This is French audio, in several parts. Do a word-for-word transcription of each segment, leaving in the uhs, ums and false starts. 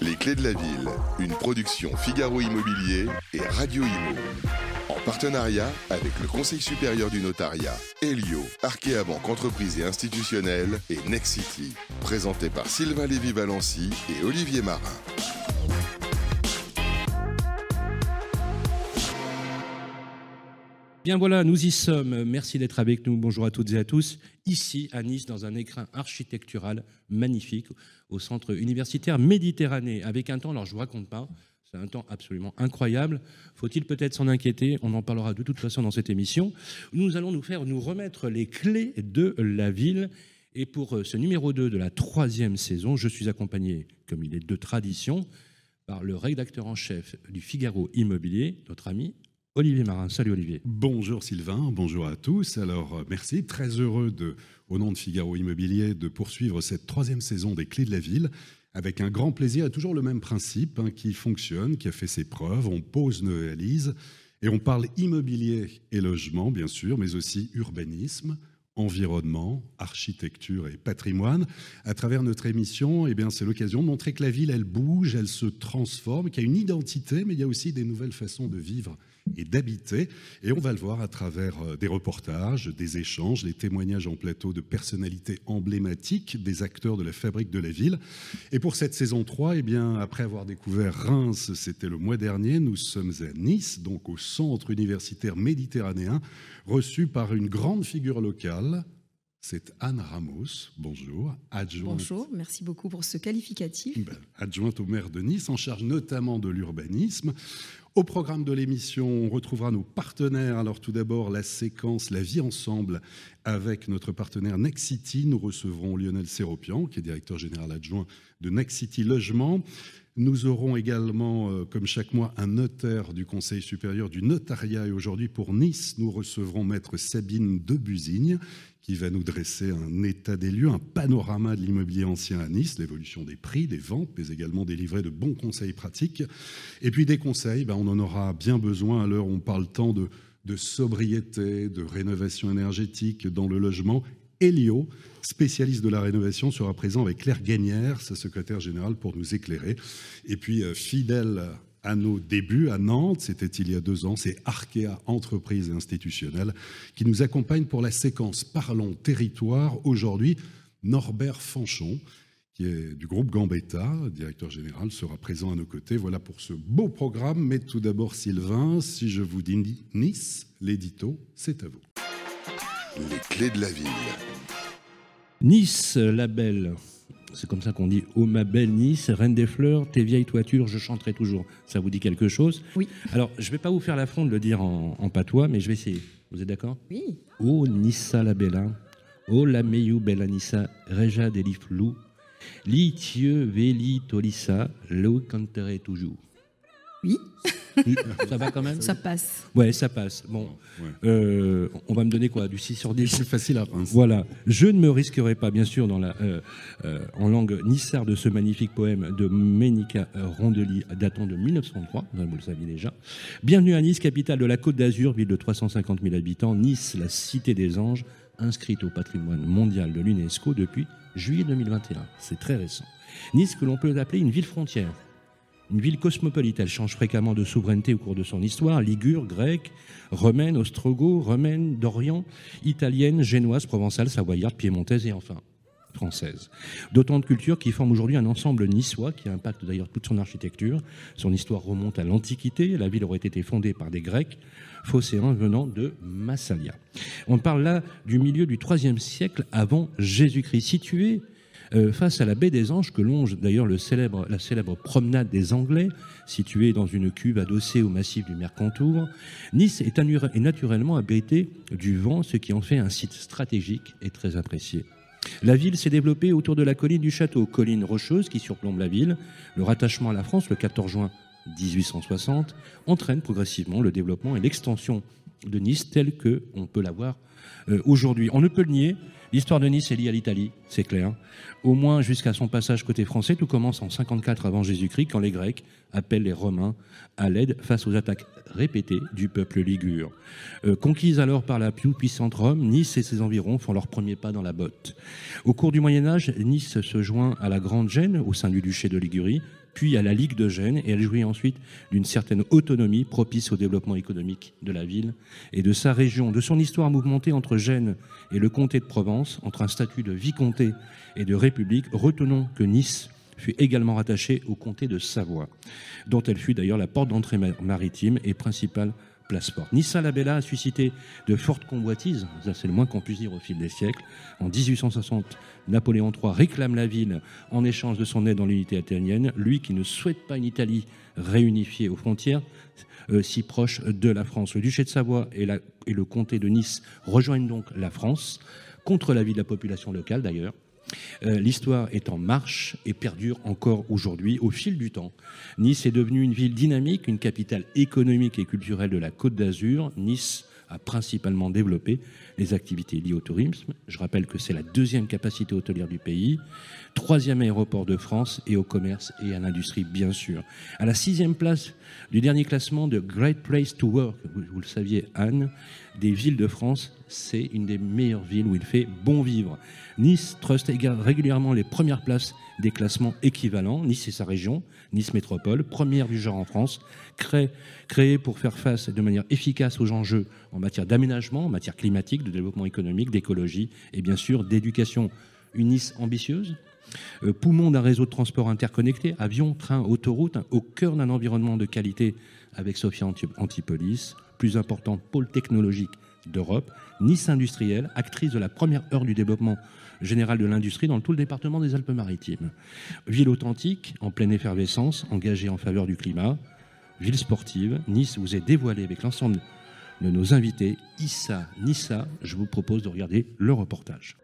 Les Clés de la Ville, une production Figaro Immobilier et Radio Imo. En partenariat avec le Conseil supérieur du notariat, Elio, Arkea Banque Entreprise et Institutionnelle et Nexity. Présenté par Sylvain Lévy-Valency et Olivier Marin. Bien voilà, nous y sommes. Merci d'être avec nous. Bonjour à toutes et à tous. Ici, à Nice, dans un écrin architectural magnifique, au centre universitaire Méditerranée, avec un temps, alors je ne vous raconte pas, c'est un temps absolument incroyable. Faut-il peut-être s'en inquiéter? On en parlera de toute façon dans cette émission. Nous allons nous faire nous remettre les clés de la ville. Et pour ce numéro deux de la troisième saison, je suis accompagné, comme il est de tradition, par le rédacteur en chef du Figaro Immobilier, notre ami Olivier Marin. Salut Olivier. Bonjour Sylvain, bonjour à tous. Alors merci, très heureux de, au nom de Figaro Immobilier de poursuivre cette troisième saison des Clés de la Ville avec un grand plaisir et toujours le même principe hein, qui fonctionne, qui a fait ses preuves. On pose nos réalises et on parle immobilier et logement bien sûr, mais aussi urbanisme, environnement, architecture et patrimoine. À travers notre émission, eh bien, c'est l'occasion de montrer que la ville, elle bouge, elle se transforme, qu'il y a une identité, mais il y a aussi des nouvelles façons de vivre et d'habiter. Et on va le voir à travers des reportages, des échanges, les témoignages en plateau de personnalités emblématiques des acteurs de la fabrique de la ville. Et pour cette saison trois, eh bien, après avoir découvert Reims, c'était le mois dernier, nous sommes à Nice, donc au centre universitaire méditerranéen, reçu par une grande figure locale. C'est Anne Ramos, bonjour, adjointe. Bonjour, merci beaucoup pour ce qualificatif. Ben, adjointe au maire de Nice, en charge notamment de l'urbanisme. Au programme de l'émission, on retrouvera nos partenaires. Alors tout d'abord, la séquence La vie ensemble avec notre partenaire Nexity. Nous recevrons Lionel Séropian, qui est directeur général adjoint de Nexity Logement. Nous aurons également, euh, comme chaque mois, un notaire du Conseil supérieur du notariat. Et aujourd'hui, pour Nice, nous recevrons maître Sabine Debusigne, qui va nous dresser un état des lieux, un panorama de l'immobilier ancien à Nice, l'évolution des prix, des ventes, mais également délivrer de bons conseils pratiques. Et puis des conseils, ben on en aura bien besoin à l'heure où on parle tant de, de sobriété, de rénovation énergétique dans le logement. Elio, spécialiste de la rénovation, sera présent avec Claire Gagnère, sa secrétaire générale, pour nous éclairer. Et puis, euh, fidèle à nos débuts à Nantes, c'était il y a deux ans, c'est Arkea Entreprise et Institutionnelle qui nous accompagne pour la séquence Parlons Territoire. Aujourd'hui, Norbert Fanchon, qui est du groupe Gambetta, directeur général, sera présent à nos côtés. Voilà pour ce beau programme. Mais tout d'abord, Sylvain, si je vous dis Nice, l'édito, c'est à vous. Les Clés de la Ville. Nice, la belle. C'est comme ça qu'on dit. Oh ma belle Nice, reine des fleurs, tes vieilles toitures, je chanterai toujours. Ça vous dit quelque chose? Oui. Alors, je ne vais pas vous faire l'affront de le dire en, en patois, mais je vais essayer. Vous êtes d'accord? Oui. Oh Nissa la bella, oh la meiou bella Nissa, reja deli flou, li tieu veli tolissa, lo canterai toujours. Oui. Ça va quand même? Ça passe. Ouais, ça passe. Bon, Ouais. euh, on va me donner quoi? Du six sur dix? C'est facile à penser. Voilà. Je ne me risquerai pas, bien sûr, dans la, euh, euh, en langue nissarde de ce magnifique poème de Ménica Rondeli datant de mille neuf cent trois, vous le saviez déjà. Bienvenue à Nice, capitale de la Côte d'Azur, ville de trois cent cinquante mille habitants. Nice, la cité des anges, inscrite au patrimoine mondial de l'UNESCO depuis juillet deux mille vingt et un. C'est très récent. Nice, que l'on peut appeler une ville frontière. Une ville cosmopolite, elle change fréquemment de souveraineté au cours de son histoire. Ligure, grecque, romaine, ostrogoth, romaine, d'Orient, italienne, génoise, provençale, savoyarde, piémontaise et enfin française. D'autant de cultures qui forment aujourd'hui un ensemble niçois qui impacte d'ailleurs toute son architecture. Son histoire remonte à l'Antiquité. La ville aurait été fondée par des Grecs, phocéens venant de Massalia. On parle là du milieu du troisième siècle avant Jésus-Christ, situé Euh, face à la baie des Anges que longe d'ailleurs le célèbre, la célèbre promenade des Anglais, située dans une cuve adossée au massif du Mercantour. Nice est, annura- est naturellement abritée du vent, ce qui en fait un site stratégique et très apprécié. La ville s'est développée autour de la colline du château, colline rocheuse qui surplombe la ville. Le rattachement à la France, le quatorze juin dix-huit cent soixante, entraîne progressivement le développement et l'extension de Nice telle qu'on peut la voir euh, aujourd'hui. On ne peut le nier, L'histoire de Nice est liée à l'Italie, c'est clair. Au moins jusqu'à son passage côté français, tout commence en cinquante-quatre avant Jésus-Christ, quand les Grecs appellent les Romains à l'aide face aux attaques répétées du peuple ligure. Euh, conquise alors par la plus puissante Rome, Nice et ses environs font leurs premiers pas dans la botte. Au cours du Moyen-Âge, Nice se joint à la Grande Gênes, au sein du duché de Ligurie, puis à la Ligue de Gênes, et elle jouit ensuite d'une certaine autonomie propice au développement économique de la ville et de sa région, de son histoire mouvementée entre Gênes et le comté de Provence, entre un statut de vicomté et de république. Retenons que Nice fut également rattachée au comté de Savoie, dont elle fut d'ailleurs la porte d'entrée maritime et principale place forte. Nissa-la-Bella a suscité de fortes convoitises, ça c'est le moins qu'on puisse dire au fil des siècles. En dix-huit cent soixante, Napoléon trois réclame la ville en échange de son aide dans l'unité athénienne, lui qui ne souhaite pas une Italie réunifiée aux frontières euh, si proche de la France. Le duché de Savoie et, la, et le comté de Nice rejoignent donc la France, contre l'avis de la population locale d'ailleurs. Euh, l'histoire est en marche et perdure encore aujourd'hui au fil du temps. Nice est devenue une ville dynamique, une capitale économique et culturelle de la Côte d'Azur. Nice a principalement développé les activités liées au tourisme. Je rappelle que c'est la deuxième capacité hôtelière du pays, troisième aéroport de France, et au commerce et à l'industrie bien sûr. À la sixième place du dernier classement de Great Place to Work, vous, vous le saviez Anne, des villes de France, c'est une des meilleures villes où il fait bon vivre. Nice truste régulièrement les premières places des classements équivalents. Nice et sa région, Nice Métropole, première du genre en France, créée, créée pour faire face de manière efficace aux enjeux en matière d'aménagement, en matière climatique, de développement économique, d'écologie et bien sûr d'éducation. Une Nice ambitieuse, euh, poumon d'un réseau de transport interconnecté, avions, trains, autoroutes, hein, au cœur d'un environnement de qualité avec Sophia Antipolis, plus important pôle technologique d'Europe, Nice industrielle, actrice de la première heure du développement général de l'industrie dans tout le département des Alpes-Maritimes. Ville authentique, en pleine effervescence, engagée en faveur du climat. Ville sportive, Nice vous est dévoilée avec l'ensemble de nos invités. Issa, Nissa, je vous propose de regarder le reportage.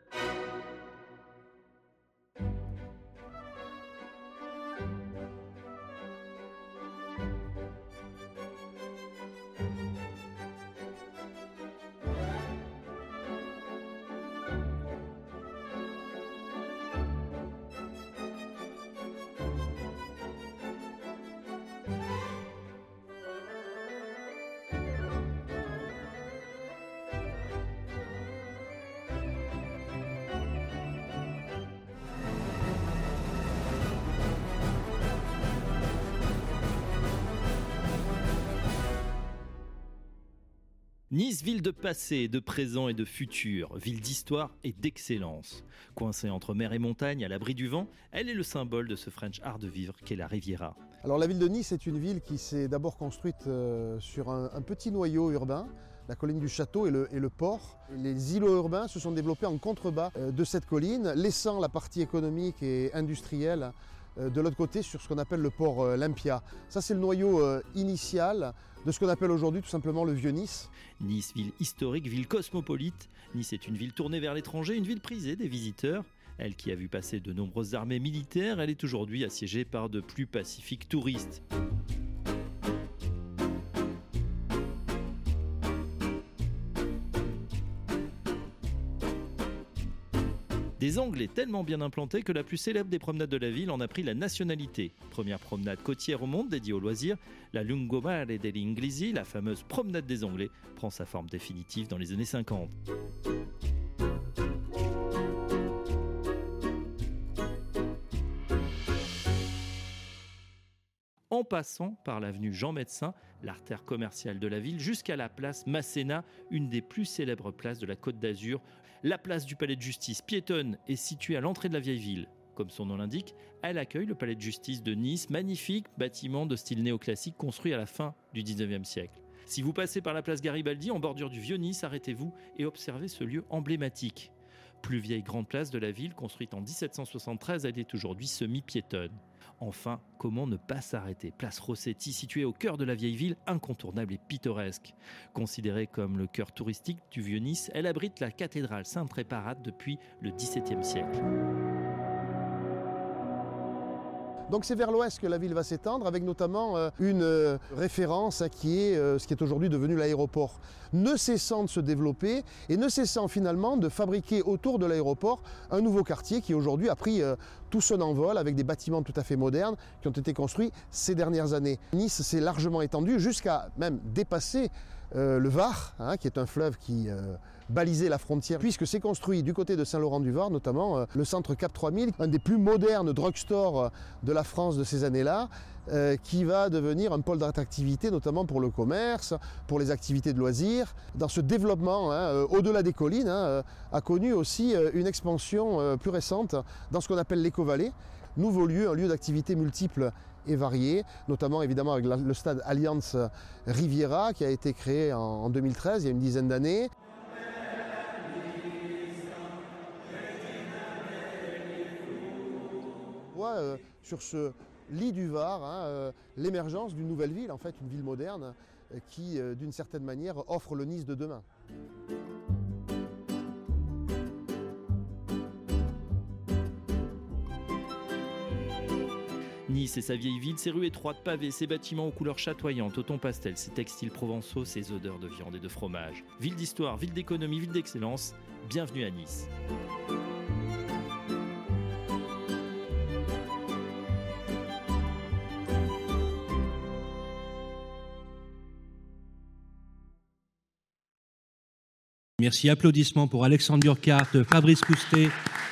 Nice, ville de passé, de présent et de futur, ville d'histoire et d'excellence. Coincée entre mer et montagne, à l'abri du vent, elle est le symbole de ce French art de vivre qu'est la Riviera. Alors la ville de Nice est une ville qui s'est d'abord construite euh, sur un, un petit noyau urbain, la colline du Château et le, et le port. Les îlots urbains se sont développés en contrebas euh, de cette colline, laissant la partie économique et industrielle euh, de l'autre côté sur ce qu'on appelle le port euh, Lympia. Ça c'est le noyau euh, initial de ce qu'on appelle aujourd'hui tout simplement le vieux Nice. Nice, ville historique, ville cosmopolite. Nice est une ville tournée vers l'étranger, une ville prisée des visiteurs. Elle qui a vu passer de nombreuses armées militaires, elle est aujourd'hui assiégée par de plus pacifiques touristes. Des Anglais tellement bien implantés que la plus célèbre des promenades de la ville en a pris la nationalité. Première promenade côtière au monde dédiée aux loisirs, la Lungomare degli Inglesi, la fameuse promenade des Anglais, prend sa forme définitive dans les années cinquante. En passant par l'avenue Jean Médecin, l'artère commerciale de la ville, jusqu'à la place Masséna, une des plus célèbres places de la Côte d'Azur. La place du Palais de Justice, piétonne, est située à l'entrée de la vieille ville. Comme son nom l'indique, elle accueille le Palais de Justice de Nice, magnifique bâtiment de style néoclassique construit à la fin du dix-neuvième siècle. Si vous passez par la place Garibaldi, en bordure du vieux Nice, arrêtez-vous et observez ce lieu emblématique. Plus vieille grande place de la ville, construite en dix-sept cent soixante-treize, elle est aujourd'hui semi-piétonne. Enfin, comment ne pas s'arrêter? Place Rossetti, située au cœur de la vieille ville, incontournable et pittoresque. Considérée comme le cœur touristique du vieux Nice, elle abrite la cathédrale Sainte-Réparate depuis le dix-septième siècle. Donc c'est vers l'ouest que la ville va s'étendre, avec notamment euh, une euh, référence hein, qui est euh, ce qui est aujourd'hui devenu l'aéroport, ne cessant de se développer et ne cessant finalement de fabriquer autour de l'aéroport un nouveau quartier qui aujourd'hui a pris euh, tout son envol avec des bâtiments tout à fait modernes qui ont été construits ces dernières années. Nice s'est largement étendue jusqu'à même dépasser euh, le Var, hein, qui est un fleuve qui euh, balisait la frontière, puisque c'est construit du côté de Saint-Laurent-du-Var, notamment euh, le centre Cap trois mille, un des plus modernes drugstores de la France de ces années-là, euh, qui va devenir un pôle d'attractivité, notamment pour le commerce, pour les activités de loisirs. Dans ce développement, hein, euh, au-delà des collines, hein, euh, a connu aussi euh, une expansion euh, plus récente dans ce qu'on appelle l'éco-vallée, nouveau lieu, un lieu d'activité multiples et variés, notamment évidemment avec la, le stade Allianz Riviera qui a été créé en, en deux mille treize, il y a une dizaine d'années. On voit euh, sur ce lit du Var hein, euh, l'émergence d'une nouvelle ville, en fait une ville moderne euh, qui euh, d'une certaine manière offre le Nice de demain. Nice et sa vieille ville, ses rues étroites pavées, ses bâtiments aux couleurs chatoyantes, au ton pastel, ses textiles provençaux, ses odeurs de viande et de fromage. Ville d'histoire, ville d'économie, ville d'excellence, bienvenue à Nice. Merci, applaudissements pour Alexandre Burkhardt, Fabrice Coustet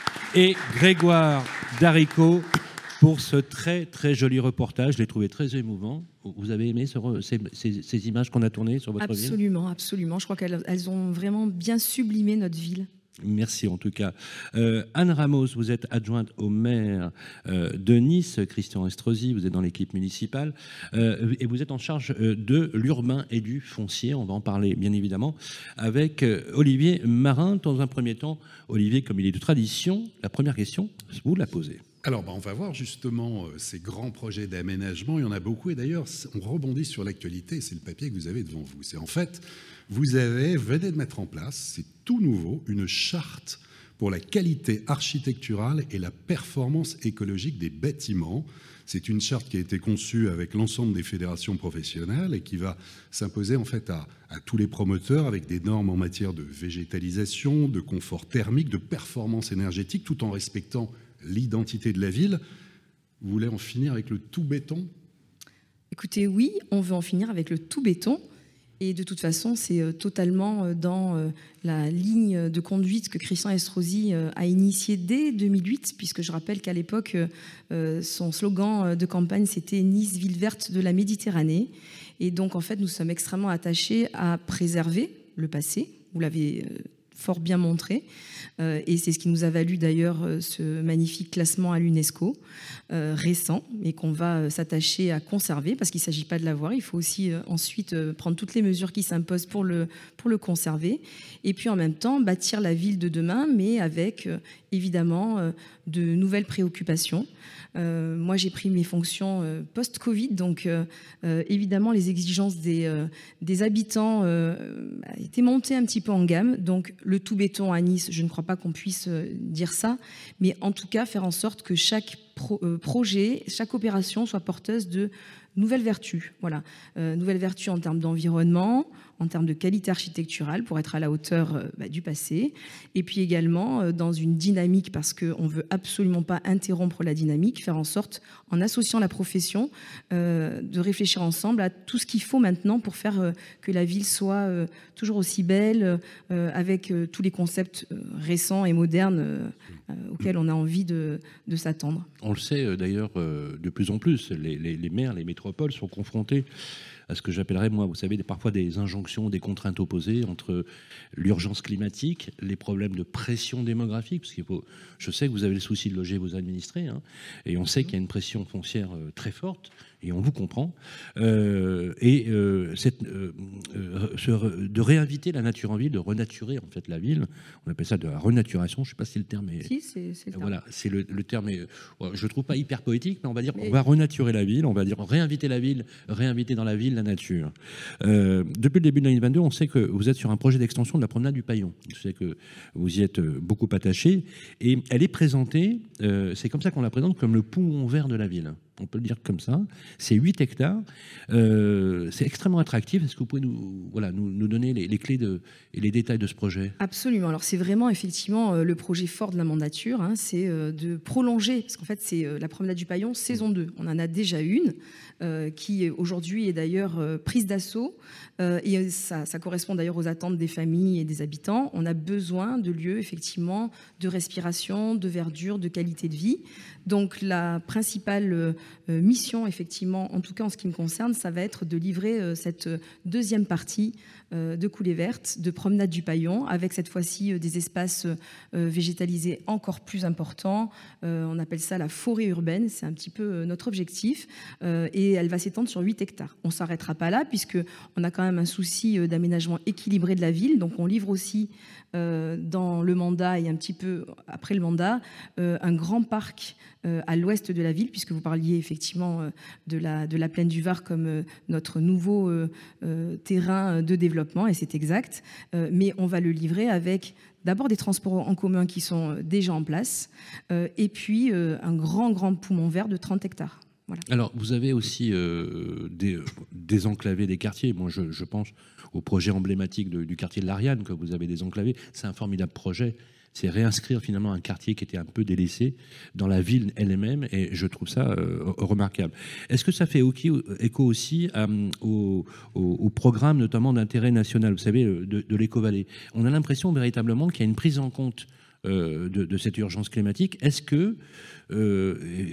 et Grégoire Darico pour ce très très joli reportage. Je l'ai trouvé très émouvant. Vous avez aimé ce, ces, ces, ces images qu'on a tournées sur votre absolument, ville ? Absolument, absolument. Je crois qu'elles elles ont vraiment bien sublimé notre ville. Merci en tout cas. Euh, Anne Ramos, vous êtes adjointe au maire euh, de Nice, Christian Estrosi, vous êtes dans l'équipe municipale euh, et vous êtes en charge euh, de l'urbain et du foncier. On va en parler bien évidemment avec euh, Olivier Marin. Dans un premier temps, Olivier, comme il est de tradition, la première question, vous la posez. Alors, bah, on va voir justement euh, ces grands projets d'aménagement. Il y en a beaucoup. Et d'ailleurs, on rebondit sur l'actualité. C'est le papier que vous avez devant vous. C'est en fait, vous avez, venez de mettre en place, c'est tout nouveau, une charte pour la qualité architecturale et la performance écologique des bâtiments. C'est une charte qui a été conçue avec l'ensemble des fédérations professionnelles et qui va s'imposer en fait à, à tous les promoteurs avec des normes en matière de végétalisation, de confort thermique, de performance énergétique, tout en respectant l'identité de la ville. Vous voulez en finir avec le tout béton ? Écoutez, oui, on veut en finir avec le tout béton. Et de toute façon, c'est totalement dans la ligne de conduite que Christian Estrosi a initiée dès deux mille huit, puisque je rappelle qu'à l'époque, son slogan de campagne, c'était « Nice, ville verte de la Méditerranée ». Et donc, en fait, nous sommes extrêmement attachés à préserver le passé. Vous l'avez fort bien montré. Euh, et c'est ce qui nous a valu d'ailleurs ce magnifique classement à l'UNESCO euh, récent, et qu'on va s'attacher à conserver, parce qu'il ne s'agit pas de l'avoir, il faut aussi euh, ensuite euh, prendre toutes les mesures qui s'imposent pour le, pour le conserver, et puis en même temps bâtir la ville de demain, mais avec euh, évidemment euh, de nouvelles préoccupations. Euh, moi j'ai pris mes fonctions euh, post-Covid, donc euh, euh, évidemment les exigences des, euh, des habitants euh, étaient montées un petit peu en gamme, donc le tout béton à Nice, je ne crois pas qu'on puisse dire ça, mais en tout cas faire en sorte que chaque pro, euh, projet, chaque opération soit porteuse de nouvelles vertus. Voilà, euh, nouvelles vertus en termes d'environnement, en termes de qualité architecturale pour être à la hauteur euh, bah, du passé, et puis également euh, dans une dynamique, parce qu'on ne veut absolument pas interrompre la dynamique, faire en sorte, en associant la profession, euh, de réfléchir ensemble à tout ce qu'il faut maintenant pour faire euh, que la ville soit euh, toujours aussi belle, euh, avec euh, tous les concepts euh, récents et modernes euh, euh, auxquels on a envie de, de s'attendre. On le sait d'ailleurs euh, de plus en plus, les, les, les maires, les métropoles sont confrontés à ce que j'appellerais, moi, vous savez, parfois des injonctions, des contraintes opposées entre l'urgence climatique, les problèmes de pression démographique, parce qu'il faut, je sais que vous avez le souci de loger vos administrés, hein, et on sait qu'il y a une pression foncière euh, très forte, et on vous comprend, euh, et euh, cette, euh, euh, de réinviter la nature en ville, de renaturer en fait la ville, on appelle ça de la renaturation, je ne sais pas si le terme est... Si, c'est, c'est le terme. Voilà, c'est le, le terme est, je ne trouve pas hyper poétique, mais on va dire, mais... on va renaturer la ville, on va dire réinviter la ville, réinviter dans la ville la nature. Euh, depuis le début de l'année vingt-deux, on sait que vous êtes sur un projet d'extension de la promenade du Paillon. Je sais que vous y êtes beaucoup attaché, et elle est présentée, euh, c'est comme ça qu'on la présente, comme le poumon vert de la ville. on peut le dire comme ça. C'est huit hectares. Euh, c'est extrêmement attractif. Est-ce que vous pouvez nous, voilà, nous, nous donner les, les clés de, et les détails de ce projet ? Absolument. Alors c'est vraiment effectivement euh, le projet fort de la mandature, hein, c'est euh, de prolonger, parce qu'en fait c'est euh, la promenade du Paillon saison deux. On en a déjà une euh, qui aujourd'hui est d'ailleurs euh, prise d'assaut euh, et ça, ça correspond d'ailleurs aux attentes des familles et des habitants. On a besoin de lieux effectivement de respiration, de verdure, de qualité de vie. Donc la principale euh, mission effectivement, en tout cas en ce qui me concerne, ça va être de livrer euh, cette deuxième partie euh, de coulée verte, de promenade du Paillon, avec cette fois-ci euh, des espaces euh, végétalisés encore plus importants. Euh, on appelle ça la forêt urbaine, c'est un petit peu euh, notre objectif, euh, et elle va s'étendre sur huit hectares. On ne s'arrêtera pas là, puisqu'on a quand même un souci euh, d'aménagement équilibré de la ville, donc on livre aussi euh, dans le mandat et un petit peu après le mandat euh, un grand parc euh, à l'ouest de la ville, puisque vous parliez effectivement euh, de, la, de la plaine du Var comme euh, notre nouveau euh, euh, terrain de développement, et c'est exact, euh, mais on va le livrer avec d'abord des transports en commun qui sont déjà en place, euh, et puis euh, un grand, grand poumon vert de trente hectares. Voilà. Alors, vous avez aussi euh, des, désenclavé des quartiers. Moi, je, je pense au projet emblématique de, du quartier de l'Ariane que vous avez désenclavé. C'est un formidable projet. C'est réinscrire finalement un quartier qui était un peu délaissé dans la ville elle-même, et je trouve ça euh, remarquable. Est-ce que ça fait écho aussi euh, au, au, au programme notamment d'intérêt national, vous savez, de, de l'Éco-Vallée ? On a l'impression véritablement qu'il y a une prise en compte euh, de, de cette urgence climatique. Est-ce que euh,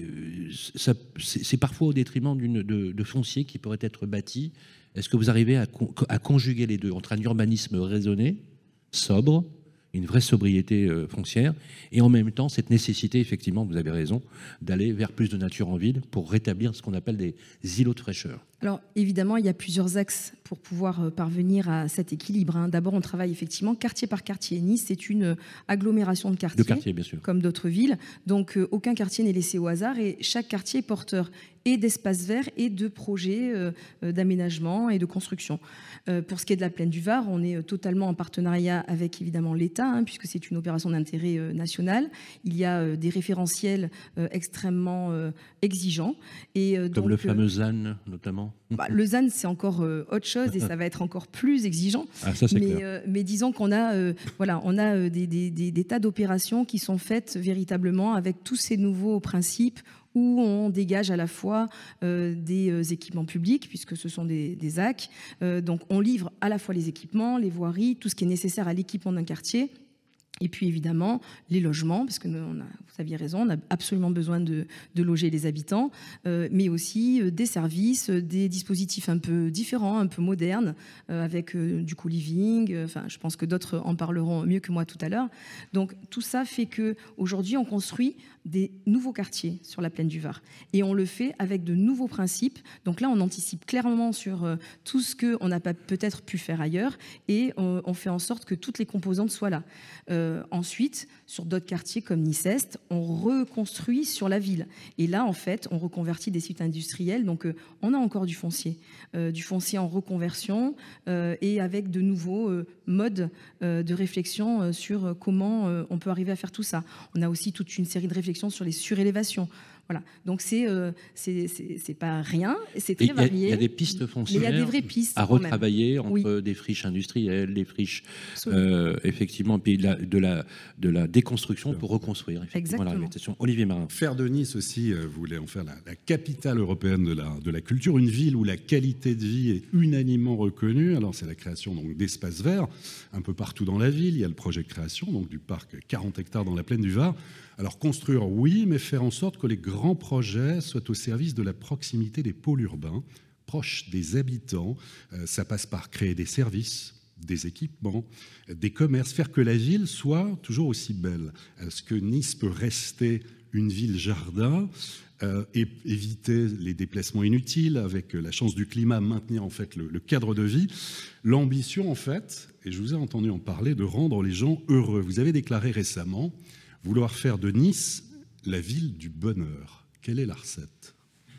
ça, c'est, c'est parfois au détriment d'une, de, de foncier qui pourrait être bâti ? Est-ce que vous arrivez à, à conjuguer les deux entre un urbanisme raisonné, sobre, une vraie sobriété euh, foncière, et en même temps cette nécessité, effectivement, vous avez raison, d'aller vers plus de nature en ville pour rétablir ce qu'on appelle des îlots de fraîcheur? Alors évidemment, il y a plusieurs axes pour pouvoir parvenir à cet équilibre, hein. D'abord, on travaille effectivement quartier par quartier. Nice, c'est une agglomération de quartiers, de quartiers bien sûr, comme d'autres villes. Donc euh, aucun quartier n'est laissé au hasard, et chaque quartier est porteur et d'espaces verts et de projets euh, d'aménagement et de construction. Euh, pour ce qui est de la plaine du Var, on est totalement en partenariat avec évidemment l'État, hein, puisque c'est une opération d'intérêt euh, national. Il y a euh, des référentiels euh, extrêmement euh, exigeants. Et, euh, comme donc, le fameux Z A N notamment. Bah, le Z A N, c'est encore euh, autre chose, et ça va être encore plus exigeant. Ah, ça, c'est mais, clair. euh, mais disons qu'on a, euh, voilà, on a euh, des, des, des, des tas d'opérations qui sont faites véritablement avec tous ces nouveaux principes, où on dégage à la fois euh, des euh, équipements publics, puisque ce sont des, des A C. Euh, donc on livre à la fois les équipements, les voiries, tout ce qui est nécessaire à l'équipement d'un quartier. Et puis évidemment les logements, parce que nous, on a, vous aviez raison, on a absolument besoin de, de loger les habitants, euh, mais aussi euh, des services, euh, des dispositifs un peu différents, un peu modernes, euh, avec euh, du co-living. Euh, enfin, je pense que d'autres en parleront mieux que moi tout à l'heure. Donc tout ça fait que aujourd'hui on construit des nouveaux quartiers sur la plaine du Var, et on le fait avec de nouveaux principes. Donc là, on anticipe clairement sur euh, tout ce que on n'a pas peut-être pu faire ailleurs, et on, on fait en sorte que toutes les composantes soient là. Euh, Euh, ensuite, sur d'autres quartiers comme Nice-Est, on reconstruit sur la ville. Et là, en fait, on reconvertit des sites industriels. Donc, euh, on a encore du foncier, euh, du foncier en reconversion, euh, et avec de nouveaux euh, modes euh, de réflexion euh, sur comment euh, on peut arriver à faire tout ça. On a aussi toute une série de réflexions sur les surélévations. Voilà. Donc c'est euh, c'est, c'est, c'est pas rien, c'est très varié. Il y a des pistes foncières, mais il y a des vraies pistes à retravailler entre oui. des friches industrielles, des friches euh, effectivement, puis de la, de la de la déconstruction pour reconstruire effectivement la végétation. Olivier Marin. Faire de Nice aussi, euh, vous voulez en faire la, la capitale européenne de la de la culture, une ville où la qualité de vie est unanimement reconnue. Alors c'est la création donc d'espaces verts un peu partout dans la ville. Il y a le projet de création donc du parc quarante hectares dans la plaine du Var. Alors construire, oui, mais faire en sorte que les grands projets soient au service de la proximité des pôles urbains, proches des habitants. Euh, ça passe par créer des services, des équipements, des commerces, faire que la ville soit toujours aussi belle. Est-ce que Nice peut rester une ville-jardin euh, et éviter les déplacements inutiles, avec la chance du climat, maintenir en fait le, le cadre de vie? L'ambition, en fait, et je vous ai entendu en parler, de rendre les gens heureux. Vous avez déclaré récemment vouloir faire de Nice la ville du bonheur. Quelle est la recette ?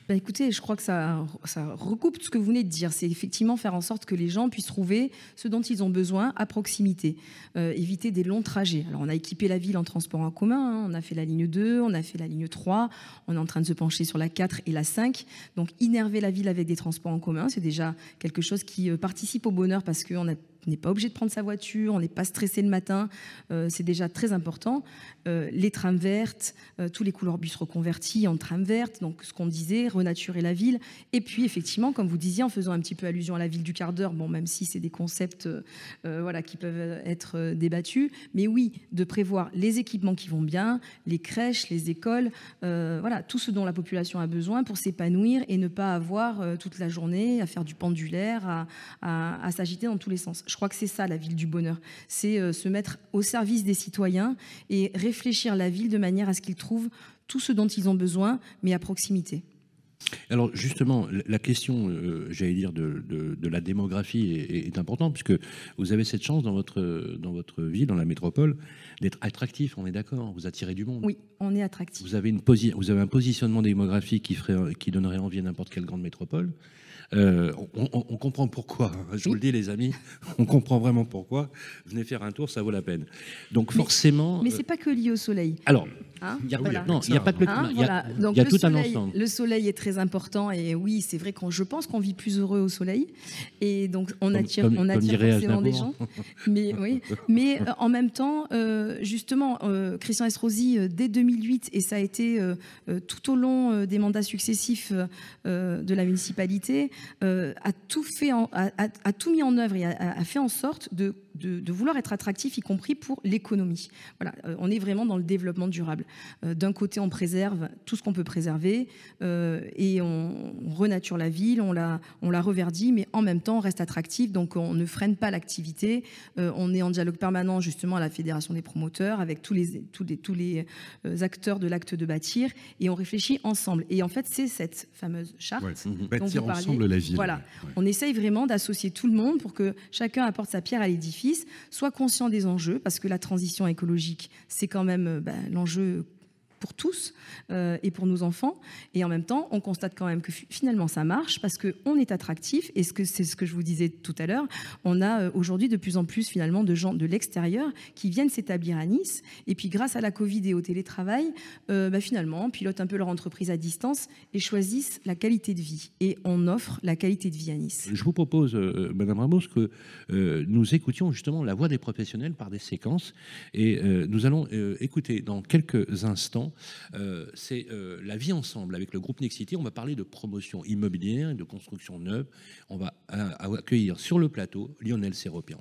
Bah écoutez, je crois que ça, ça recoupe ce que vous venez de dire. C'est effectivement faire en sorte que les gens puissent trouver ce dont ils ont besoin à proximité, euh, éviter des longs trajets. Alors on a équipé la ville en transport en commun, hein. On a fait la ligne deux, on a fait la ligne trois, on est en train de se pencher sur la quatre et la cinq. Donc innerver la ville avec des transports en commun, c'est déjà quelque chose qui euh, participe au bonheur parce qu'on a On n'est pas obligé de prendre sa voiture, on n'est pas stressé le matin, euh, c'est déjà très important. Euh, les trams vertes, euh, tous les couleurs bus reconvertis en trams vertes, donc ce qu'on disait, renaturer la ville. Et puis effectivement, comme vous disiez, en faisant un petit peu allusion à la ville du quart d'heure, bon, même si c'est des concepts euh, euh, voilà, qui peuvent être euh, débattus, mais oui, de prévoir les équipements qui vont bien, les crèches, les écoles, euh, voilà, tout ce dont la population a besoin pour s'épanouir et ne pas avoir euh, toute la journée à faire du pendulaire, à, à, à s'agiter dans tous les sens. Je crois que c'est ça, la ville du bonheur. C'est euh, se mettre au service des citoyens et réfléchir la ville de manière à ce qu'ils trouvent tout ce dont ils ont besoin, mais à proximité. Alors justement, la question, euh, j'allais dire, de, de, de la démographie est, est importante, puisque vous avez cette chance dans votre, dans votre ville, dans la métropole, d'être attractif, on est d'accord, vous attirez du monde. Oui, on est attractif. Vous avez, une posi- vous avez un positionnement démographique qui, ferait, qui donnerait envie à n'importe quelle grande métropole. Euh, on, on, on comprend pourquoi, je vous le dis les amis, on comprend vraiment pourquoi. Venez faire un tour, ça vaut la peine. Donc mais, forcément... Mais c'est pas que lié au soleil. Alors, hein, il y a, voilà. non, il n'y a pas que le hein, climat, il y a, voilà. Donc il y a le tout soleil, un ensemble. Le soleil est très important et oui, c'est vrai qu'on, je pense qu'on vit plus heureux au soleil et donc on Comme- attire, comme- on attire comme dirait forcément des Aznavour. gens. Mais oui, mais euh, en même temps, euh, justement, euh, Christian Estrosi, euh, dès deux mille huit, et ça a été euh, euh, tout au long euh, des mandats successifs euh, de la municipalité, euh, a tout fait, en, a, a, a tout mis en œuvre et a, a fait en sorte de De, de vouloir être attractif, y compris pour l'économie. Voilà, euh, on est vraiment dans le développement durable. Euh, d'un côté, on préserve tout ce qu'on peut préserver euh, et on, on renature la ville, on la, on la reverdit, mais en même temps, on reste attractif, donc on ne freine pas l'activité. Euh, on est en dialogue permanent, justement, à la Fédération des promoteurs, avec tous les, tous les, tous les euh, acteurs de l'acte de bâtir, et on réfléchit ensemble. Et en fait, c'est cette fameuse charte Ouais, dont bâtir vous parliez. ensemble la ville. Voilà, Ouais. on essaye vraiment d'associer tout le monde pour que chacun apporte sa pierre à l'édifice, soit conscient des enjeux, parce que la transition écologique, c'est quand même ben, l'enjeu pour tous euh, et pour nos enfants. Et en même temps, on constate quand même que finalement ça marche parce qu'on est attractif. Et ce que, c'est ce que je vous disais tout à l'heure, on a euh, aujourd'hui de plus en plus finalement de gens de l'extérieur qui viennent s'établir à Nice. Et puis grâce à la Covid et au télétravail, euh, bah, finalement, pilotent un peu leur entreprise à distance et choisissent la qualité de vie. Et on offre la qualité de vie à Nice. Je vous propose, euh, Madame Ramos, que euh, nous écoutions justement la voix des professionnels par des séquences. Et euh, nous allons euh, écouter dans quelques instants, euh, c'est euh, la vie ensemble avec le groupe Nexity. On va parler de promotion immobilière et de construction neuve. On va euh, accueillir sur le plateau Lionel Séropian.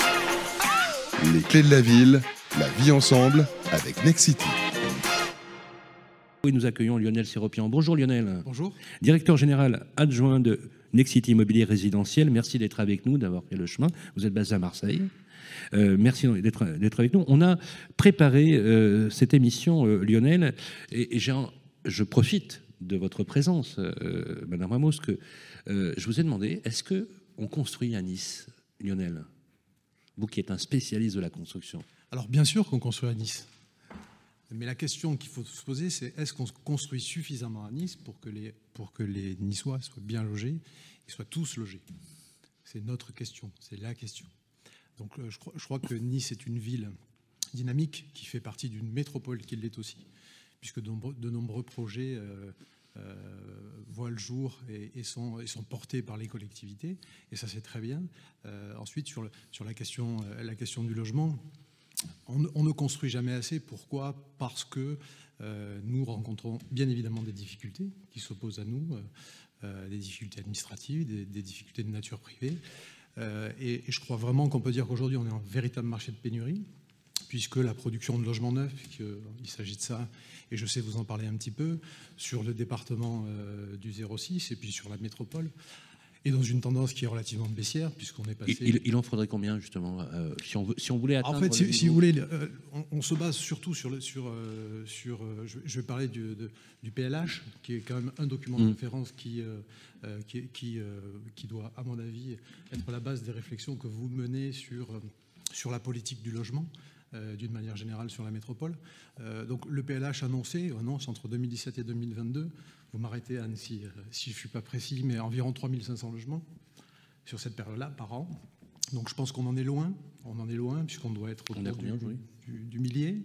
Les clés de la ville, la vie ensemble avec Nexity. Oui, nous accueillons Lionel Séropian. Bonjour Lionel. Bonjour. Directeur général adjoint de Nexity Immobilier Résidentiel. Merci d'être avec nous, d'avoir fait le chemin. Vous êtes basé à Marseille. Euh, merci d'être, d'être avec nous. On a préparé euh, cette émission, euh, Lionel, et, et j'ai un, je profite de votre présence, euh, Madame Ramos, que euh, je vous ai demandé, est-ce qu'on construit à Nice, Lionel? Vous qui êtes un spécialiste de la construction. Alors bien sûr qu'on construit à Nice. Mais la question qu'il faut se poser, c'est est-ce qu'on construit suffisamment à Nice pour que les, pour que les Niçois soient bien logés et soient tous logés? C'est notre question, c'est la question. Donc je crois, je crois que Nice est une ville dynamique qui fait partie d'une métropole qui l'est aussi, puisque de nombreux, de nombreux projets euh, euh, voient le jour et, et, sont, et sont portés par les collectivités, et ça c'est très bien. Euh, ensuite, sur, le, sur la, question, euh, la question du logement, on, on ne construit jamais assez. Pourquoi? Parce que euh, nous rencontrons bien évidemment des difficultés qui s'opposent à nous, euh, euh, des difficultés administratives, des, des difficultés de nature privée. Euh, et, et je crois vraiment qu'on peut dire qu'aujourd'hui, on est en véritable marché de pénurie, puisque la production de logements neufs, il s'agit de ça, et je sais vous en parler un petit peu, sur le département euh, du zéro six et puis sur la métropole, et dans une tendance qui est relativement baissière, puisqu'on est passé... Il, il en faudrait combien, justement, euh, si, on veut, si on voulait atteindre... En fait, si, si vous voulez, euh, on, on se base surtout sur... Le, sur, euh, sur euh, je, je vais parler du, de, du P L H, qui est quand même un document mmh. de référence qui, euh, euh, qui, qui, euh, qui doit, à mon avis, être la base des réflexions que vous menez sur, euh, sur la politique du logement. euh, d'une manière générale sur la métropole. Euh, donc le P L H annoncé, annonce entre deux mille dix-sept et deux mille vingt-deux, vous m'arrêtez Anne si, si je ne suis pas précis, mais environ trois mille cinq cents logements sur cette période-là par an. Donc je pense qu'on en est loin, on en est loin puisqu'on doit être autour combien, du, oui. du, du millier.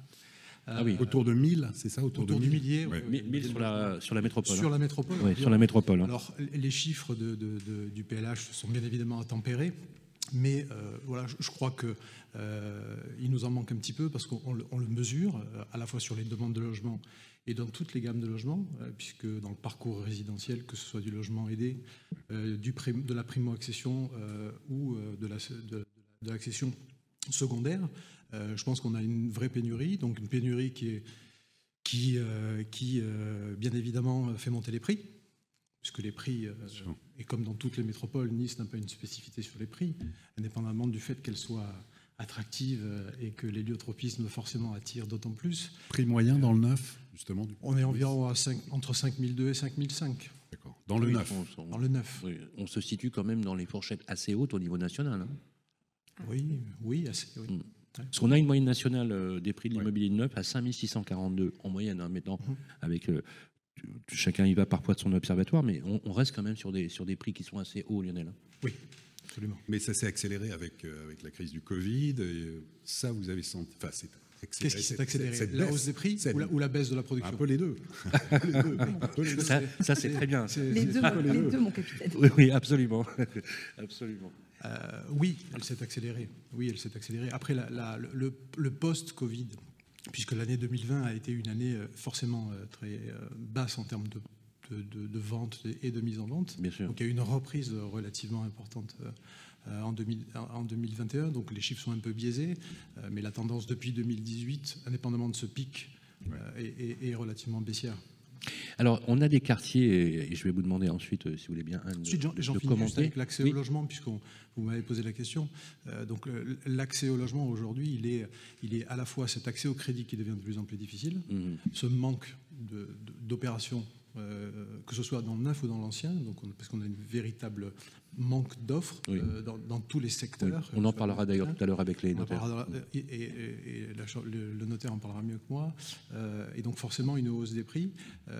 Ah oui. Autour de mille, c'est ça, autour, autour de du mille. millier. Ouais. oui, mille sur la, sur la métropole. Sur hein. la métropole. Ouais, sur la métropole. hein. Alors, les chiffres de, de, de, du P L H sont bien évidemment à tempérer, mais euh, voilà, je, je crois qu'il euh, nous en manque un petit peu parce qu'on le, on le mesure euh, à la fois sur les demandes de logement et dans toutes les gammes de logements, euh, puisque dans le parcours résidentiel, que ce soit du logement aidé, euh, du prim, de la primo-accession euh, ou euh, de, la, de, de l'accession secondaire, euh, je pense qu'on a une vraie pénurie, donc une pénurie qui est qui, euh, qui euh, bien évidemment, fait monter les prix, puisque les prix, euh, et comme dans toutes les métropoles, Nice n'a pas une spécificité sur les prix, indépendamment du fait qu'elle soit attractive euh, et que l'héliotropisme forcément attire d'autant plus. Prix moyen dans le neuf, justement. Du On est environ à cinq, entre cinq mille deux et cinq mille cinq. D'accord. Dans le Oui, neuf. on, on- Dans le neuf. oui, on se situe quand même dans les fourchettes assez hautes au niveau national. hein. Oui, oui, assez, oui. Mm. Parce qu'on a une moyenne nationale euh, des prix de l'immobilier de neuf à cinq mille six cent quarante-deux en moyenne, hein, maintenant, Mhm. avec euh, tu- tu- chacun y va parfois de son observatoire, mais on, on reste quand même sur des, sur des prix qui sont assez hauts, Lionel. hein. Oui, absolument. Mais ça s'est accéléré avec, euh, avec la crise du Covid. Et euh, ça, vous avez senti. Enfin, c'est accéléré. Qu'est-ce qui s'est Cette- accéléré cette La baisse, hausse des prix cette- ou la, ou la baisse de la Un production? peu les deux. Un peu les deux. Un peu les deux. Ça, ça, c'est très bien. C'est- Les c'est- deux, pas les les deux. deux, mon capitaine. Oui, oui, absolument. absolument. Euh, oui, elle s'est accélérée. Oui, elle s'est accélérée. Après, la- la- le, le post-Covid, puisque l'année deux mille vingt a été une année euh, forcément euh, très euh, basse en termes de, de, de- de vente et de mise en vente. Bien sûr. Donc il y a eu une reprise relativement importante euh, en, deux mille, en deux mille vingt et un. Donc les chiffres sont un peu biaisés, euh, mais la tendance depuis deux mille dix-huit, indépendamment de ce pic, euh, est, est- est relativement baissière. Alors, on a des quartiers, et je vais vous demander ensuite, euh, si vous voulez bien, Anne, de, Ensuite, j'en, j'en de finis juste commenter. avec l'accès Oui. au logement, puisqu'on vous m'avez posé la question. Euh, donc, euh, l'accès au logement aujourd'hui, il est, il est à la fois cet accès au crédit qui devient de plus en plus difficile, Mhm. ce manque de, de- d'opérations, euh, que ce soit dans le neuf ou dans l'ancien, donc on- parce qu'on a une véritable manque d'offres Oui. euh, dans, dans tous les Oui. secteurs. On en parlera d'ailleurs tout à l'heure avec les On en notaires. parlera- et, et- et- et la cha- le, le notaire en parlera mieux que moi. Euh, et donc forcément une hausse des prix.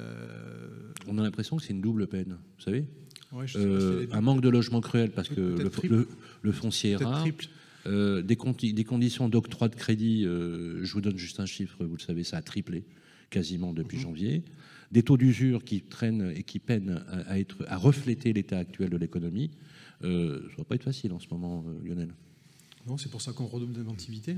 Euh, On a l'impression que c'est une double peine, vous savez. ouais, je sais pas si Euh, elle est- un manque de logement cruel parce que Peut-être le, triple. le- le foncier est peut-être rare. triple. Euh, des, conti- des conditions d'octroi de crédit, euh, je vous donne juste un chiffre, vous le savez, ça a triplé quasiment depuis Mhm. janvier. Des taux d'usure qui traînent et qui peinent à, à être, à refléter l'état actuel de l'économie. Euh, ça ne va pas être facile en ce moment, euh, Lionel. Non, c'est pour ça qu'on redouble d'inventivité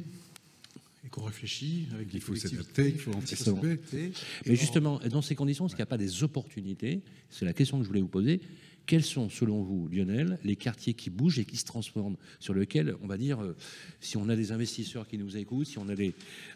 et qu'on réfléchit avec Il les faut collectivités. s'adapter, il faut Exactement. anticiper. Mais justement, dans ces conditions, est-ce qu'il n'y a pas des opportunités? C'est la question que je voulais vous poser. Quels sont, selon vous, Lionel, les quartiers qui bougent et qui se transforment, sur lesquels, on va dire, euh, si on a des investisseurs qui nous écoutent, si on a des,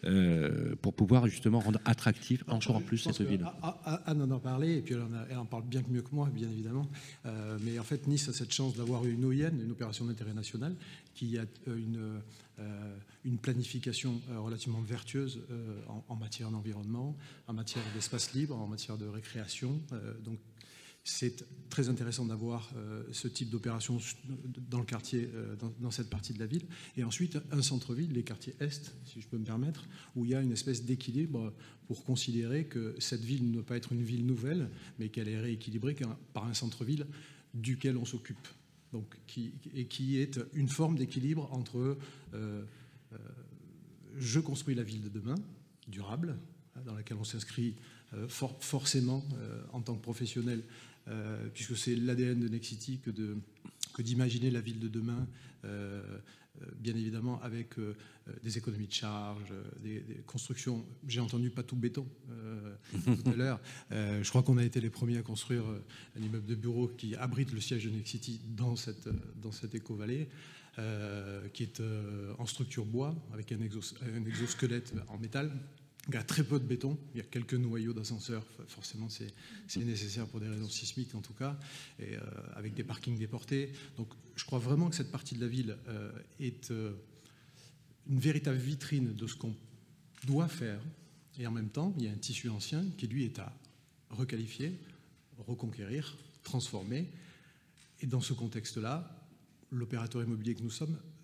euh, pour pouvoir justement rendre attractif encore plus Je pense cette que ville? A- A- Anne en a parlé, et puis elle en, a- elle en parle bien que mieux que moi, bien évidemment. Euh, mais en fait, Nice a cette chance d'avoir une O I N, une opération d'intérêt national, qui a euh, une, euh, une planification euh, relativement vertueuse euh, en, en matière d'environnement, en matière d'espace libre, en matière de récréation. Euh, donc, c'est très intéressant d'avoir euh, ce type d'opération dans le quartier, euh, dans, dans cette partie de la ville. Et ensuite, un centre-ville, les quartiers Est, si je peux me permettre, où il y a une espèce d'équilibre pour considérer que cette ville ne doit pas être une ville nouvelle, mais qu'elle est rééquilibrée par un centre-ville duquel on s'occupe. Donc, qui, et qui est une forme d'équilibre entre euh, euh, je construis la ville de demain, durable, dans laquelle on s'inscrit euh, for, forcément euh, en tant que professionnel, euh, puisque c'est l'A D N de Nexity que, de, que d'imaginer la ville de demain, euh, euh, bien évidemment avec euh, des économies de charge, euh, des, des constructions, j'ai entendu pas tout béton euh, tout à l'heure, euh, je crois qu'on a été les premiers à construire euh, un immeuble de bureau qui abrite le siège de Nexity dans cette, dans cette éco-vallée. Euh, qui est euh, en structure bois, avec un, exos, un exosquelette en métal. Il y a très peu de béton, il y a quelques noyaux d'ascenseur, forcément c'est, c'est nécessaire pour des raisons sismiques en tout cas, et euh, avec des parkings déportés. Donc je crois vraiment que cette partie de la ville euh, est euh, une véritable vitrine de ce qu'on doit faire, et en même temps il y a un tissu ancien qui lui est à requalifier, reconquérir, transformer, et dans ce contexte-là, l'opérateur immobilier que nous sommes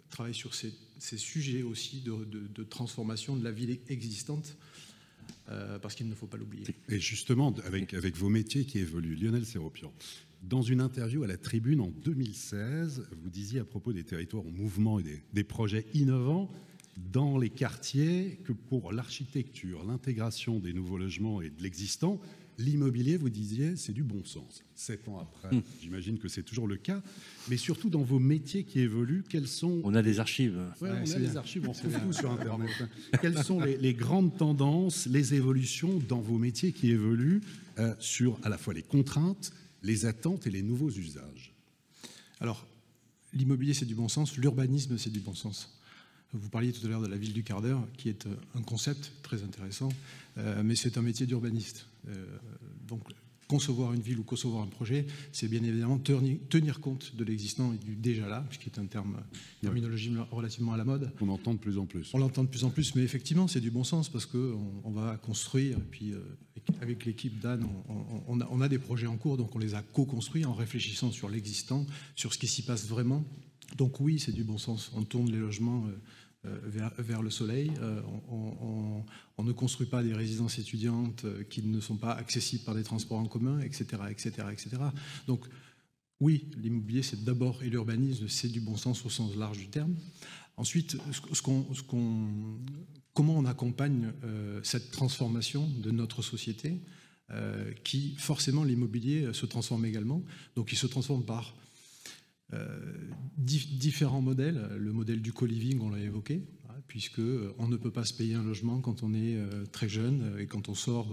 travaille sur ces, ces sujets aussi de, de, de transformation de la ville existante, euh, parce qu'il ne faut pas l'oublier. Et justement, avec, avec vos métiers qui évoluent, Lionel Séropian, dans une interview à la Tribune en deux mille seize, vous disiez à propos des territoires en mouvement et des, des projets innovants dans les quartiers que pour l'architecture, l'intégration des nouveaux logements et de l'existant, l'immobilier, vous disiez, c'est du bon sens. Sept ans après, mmh. j'imagine que c'est toujours le cas. Mais surtout, dans vos métiers qui évoluent, quels sont... On a des archives. Ouais, ouais, on a bien. des archives, on trouve tout sur Internet. Quelles sont les, les grandes tendances, les évolutions dans vos métiers qui évoluent euh, sur à la fois les contraintes, les attentes et les nouveaux usages? Alors, l'immobilier, c'est du bon sens. L'urbanisme, c'est du bon sens. Vous parliez tout à l'heure de la ville du quart d'heure, qui est un concept très intéressant, euh, mais c'est un métier d'urbaniste. Euh, donc, concevoir une ville ou concevoir un projet, c'est bien évidemment tenir, tenir compte de l'existant et du déjà là, ce qui est un terme, une terminologie relativement à la mode. On entend de plus en plus. On l'entend de plus en plus, mais effectivement, c'est du bon sens parce qu'on on va construire, et puis euh, avec l'équipe d'Anne, on, on, a, on a des projets en cours, donc on les a co-construits en réfléchissant sur l'existant, sur ce qui s'y passe vraiment. Donc oui, c'est du bon sens. On tourne les logements euh, vers, vers le soleil. Euh, on, on, on ne construit pas des résidences étudiantes qui ne sont pas accessibles par des transports en commun, et cetera, et cetera, et cetera. Donc oui, l'immobilier, c'est d'abord, et l'urbanisme, c'est du bon sens au sens large du terme. Ensuite, ce qu'on, ce qu'on, comment on accompagne euh, cette transformation de notre société, euh, qui forcément l'immobilier se transforme également. Donc il se transforme par Euh, dif- différents modèles. Le modèle du co-living, on l'a évoqué, hein, puisque on ne peut pas se payer un logement quand on est euh, très jeune et quand on sort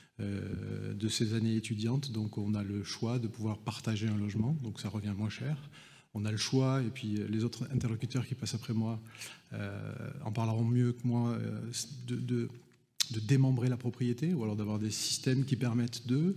euh, de ses années étudiantes. Donc on a le choix de pouvoir partager un logement, donc ça revient moins cher. On a le choix, et puis les autres interlocuteurs qui passent après moi euh, en parleront mieux que moi, euh, de, de de démembrer la propriété, ou alors d'avoir des systèmes qui permettent de...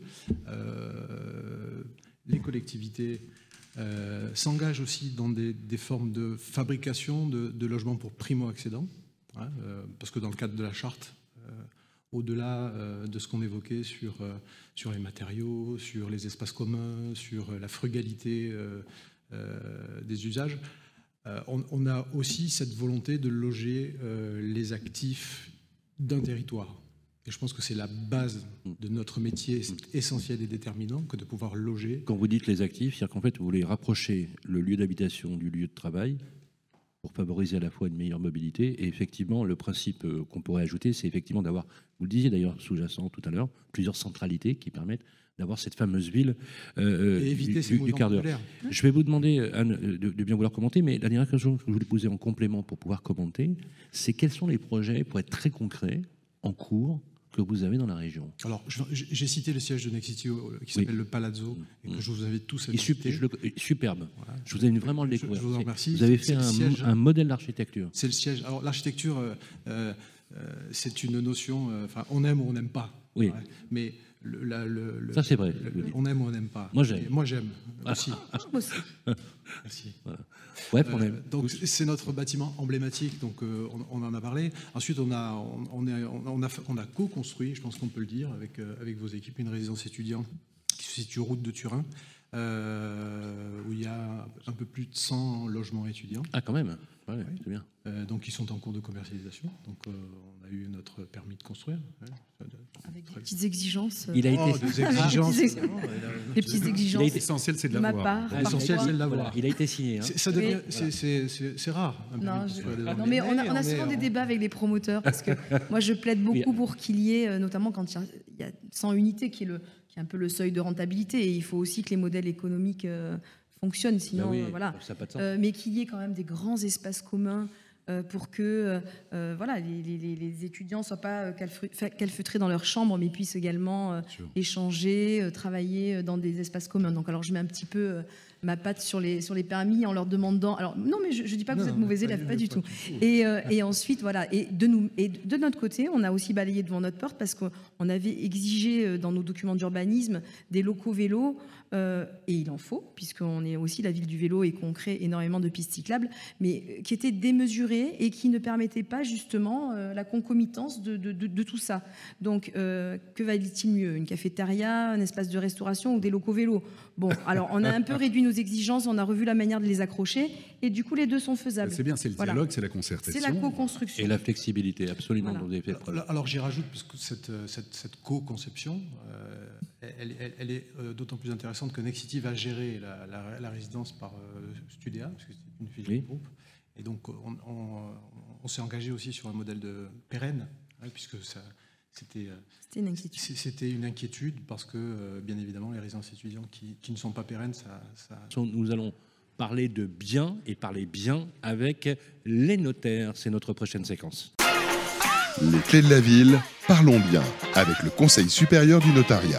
Euh, les collectivités Euh, s'engage aussi dans des, des formes de fabrication de, de logements pour primo-accédants, hein, euh, parce que dans le cadre de la charte, euh, au-delà euh, de ce qu'on évoquait sur, euh, sur les matériaux, sur les espaces communs, sur la frugalité euh, euh, des usages, euh, on, on a aussi cette volonté de loger euh, les actifs d'un territoire. Et je pense que c'est la base de notre métier, c'est essentiel et déterminant que de pouvoir loger. Quand vous dites les actifs, c'est-à-dire qu'en fait, vous voulez rapprocher le lieu d'habitation du lieu de travail pour favoriser à la fois une meilleure mobilité. Et effectivement, le principe qu'on pourrait ajouter, c'est effectivement d'avoir, vous le disiez d'ailleurs sous-jacent tout à l'heure, plusieurs centralités qui permettent d'avoir cette fameuse ville euh, et éviter du, du, du quart d'heure. Je vais vous demander, Anne, de, de bien vouloir commenter, mais la dernière question que je voulais poser en complément pour pouvoir commenter, c'est quels sont les projets, pour être très concrets, en cours, que vous avez dans la région? Alors, j'ai cité le siège de Nexity qui s'appelle oui. le Palazzo, et que je vous invite tous à visiter. Je le, superbe. Voilà. Je vous invite vraiment à le découvrir. Je vous en remercie. Vous avez fait un, un modèle d'architecture. C'est le siège. Alors, l'architecture, euh, euh, c'est une notion. Enfin, euh, on aime ou on n'aime pas. Oui. Ouais. Mais le, la, le, le, ça, c'est vrai. Le, le, on aime ou on n'aime pas. Moi, j'aime. Moi, j'aime aussi. Moi aussi. Merci. Voilà. Ouais, on aime. Euh, donc, c'est notre bâtiment emblématique. Donc, euh, on, on en a parlé. Ensuite, on a, on, on, est, on a, on a co-construit, je pense qu'on peut le dire, avec, euh, avec vos équipes, une résidence étudiante qui se situe route de Turin, euh, où il y a un peu plus de cent logements étudiants. Ah, quand même. Ouais, oui. C'est bien. Euh, donc, ils sont en cours de commercialisation. Donc, euh, on a eu notre permis de construire. Ouais. Avec des petites exigences. Il a oh, été... des exigences. Des petites exigences. Été... L'essentiel, c'est de l'avoir. L'essentiel, c'est de l'avoir. Voilà. Il a été signé. Hein. Ça devient, oui. c'est rare. Non, je... non, mais on a, on a souvent des débats avec les promoteurs parce que moi, je plaide beaucoup oui. pour qu'il y ait, notamment quand il y a, il y a cent unités, qui est, le, qui est un peu le seuil de rentabilité. Et il faut aussi que les modèles économiques euh, fonctionnent. Sinon, oui, euh, voilà. Ça pas de sens. Euh, mais qu'il y ait quand même des grands espaces communs. Euh, pour que euh, voilà, les, les, les étudiants ne soient pas calfeutrés dans leur chambre, mais puissent également euh, échanger, euh, travailler dans des espaces communs. Donc, alors, je mets un petit peu euh, ma patte sur les, sur les permis en leur demandant... Alors, non, mais je ne dis pas que non, vous êtes mauvais élève, pas, pas du tout. tout. Et, euh, et ensuite, voilà, et de, nous, et de notre côté, on a aussi balayé devant notre porte parce qu'on avait exigé dans nos documents d'urbanisme des locaux vélos, euh, et il en faut, puisqu'on est aussi la ville du vélo et qu'on crée énormément de pistes cyclables, mais qui étaient démesurés et qui ne permettaient pas justement euh, la concomitance de, de, de, de tout ça. Donc, euh, que valait-il mieux? Une cafétéria, un espace de restauration ou des locaux vélos? Bon, alors on a un peu réduit nos exigences, on a revu la manière de les accrocher, et du coup, les deux sont faisables. C'est bien, c'est le Voilà. dialogue, c'est la concertation. C'est la co-construction. Et la flexibilité, absolument. Voilà. Vous avez fait preuve. Alors, alors j'y rajoute, parce que cette, cette, cette co-conception, euh, elle, elle, elle est euh, d'autant plus intéressante que Nexity va gérer la, la, la résidence par euh, Studéa, parce que c'est une filiale Oui. du groupe. Et donc, on, on, on s'est engagé aussi sur un modèle de pérenne, hein, puisque ça, c'était, C'était une inquiétude. c'était une inquiétude, parce que, euh, bien évidemment, les résidences étudiantes qui, qui ne sont pas pérennes, ça... ça... Nous allons parler de bien et parler bien avec les notaires. C'est notre prochaine séquence. Les clés de la ville, parlons bien avec le Conseil supérieur du notariat.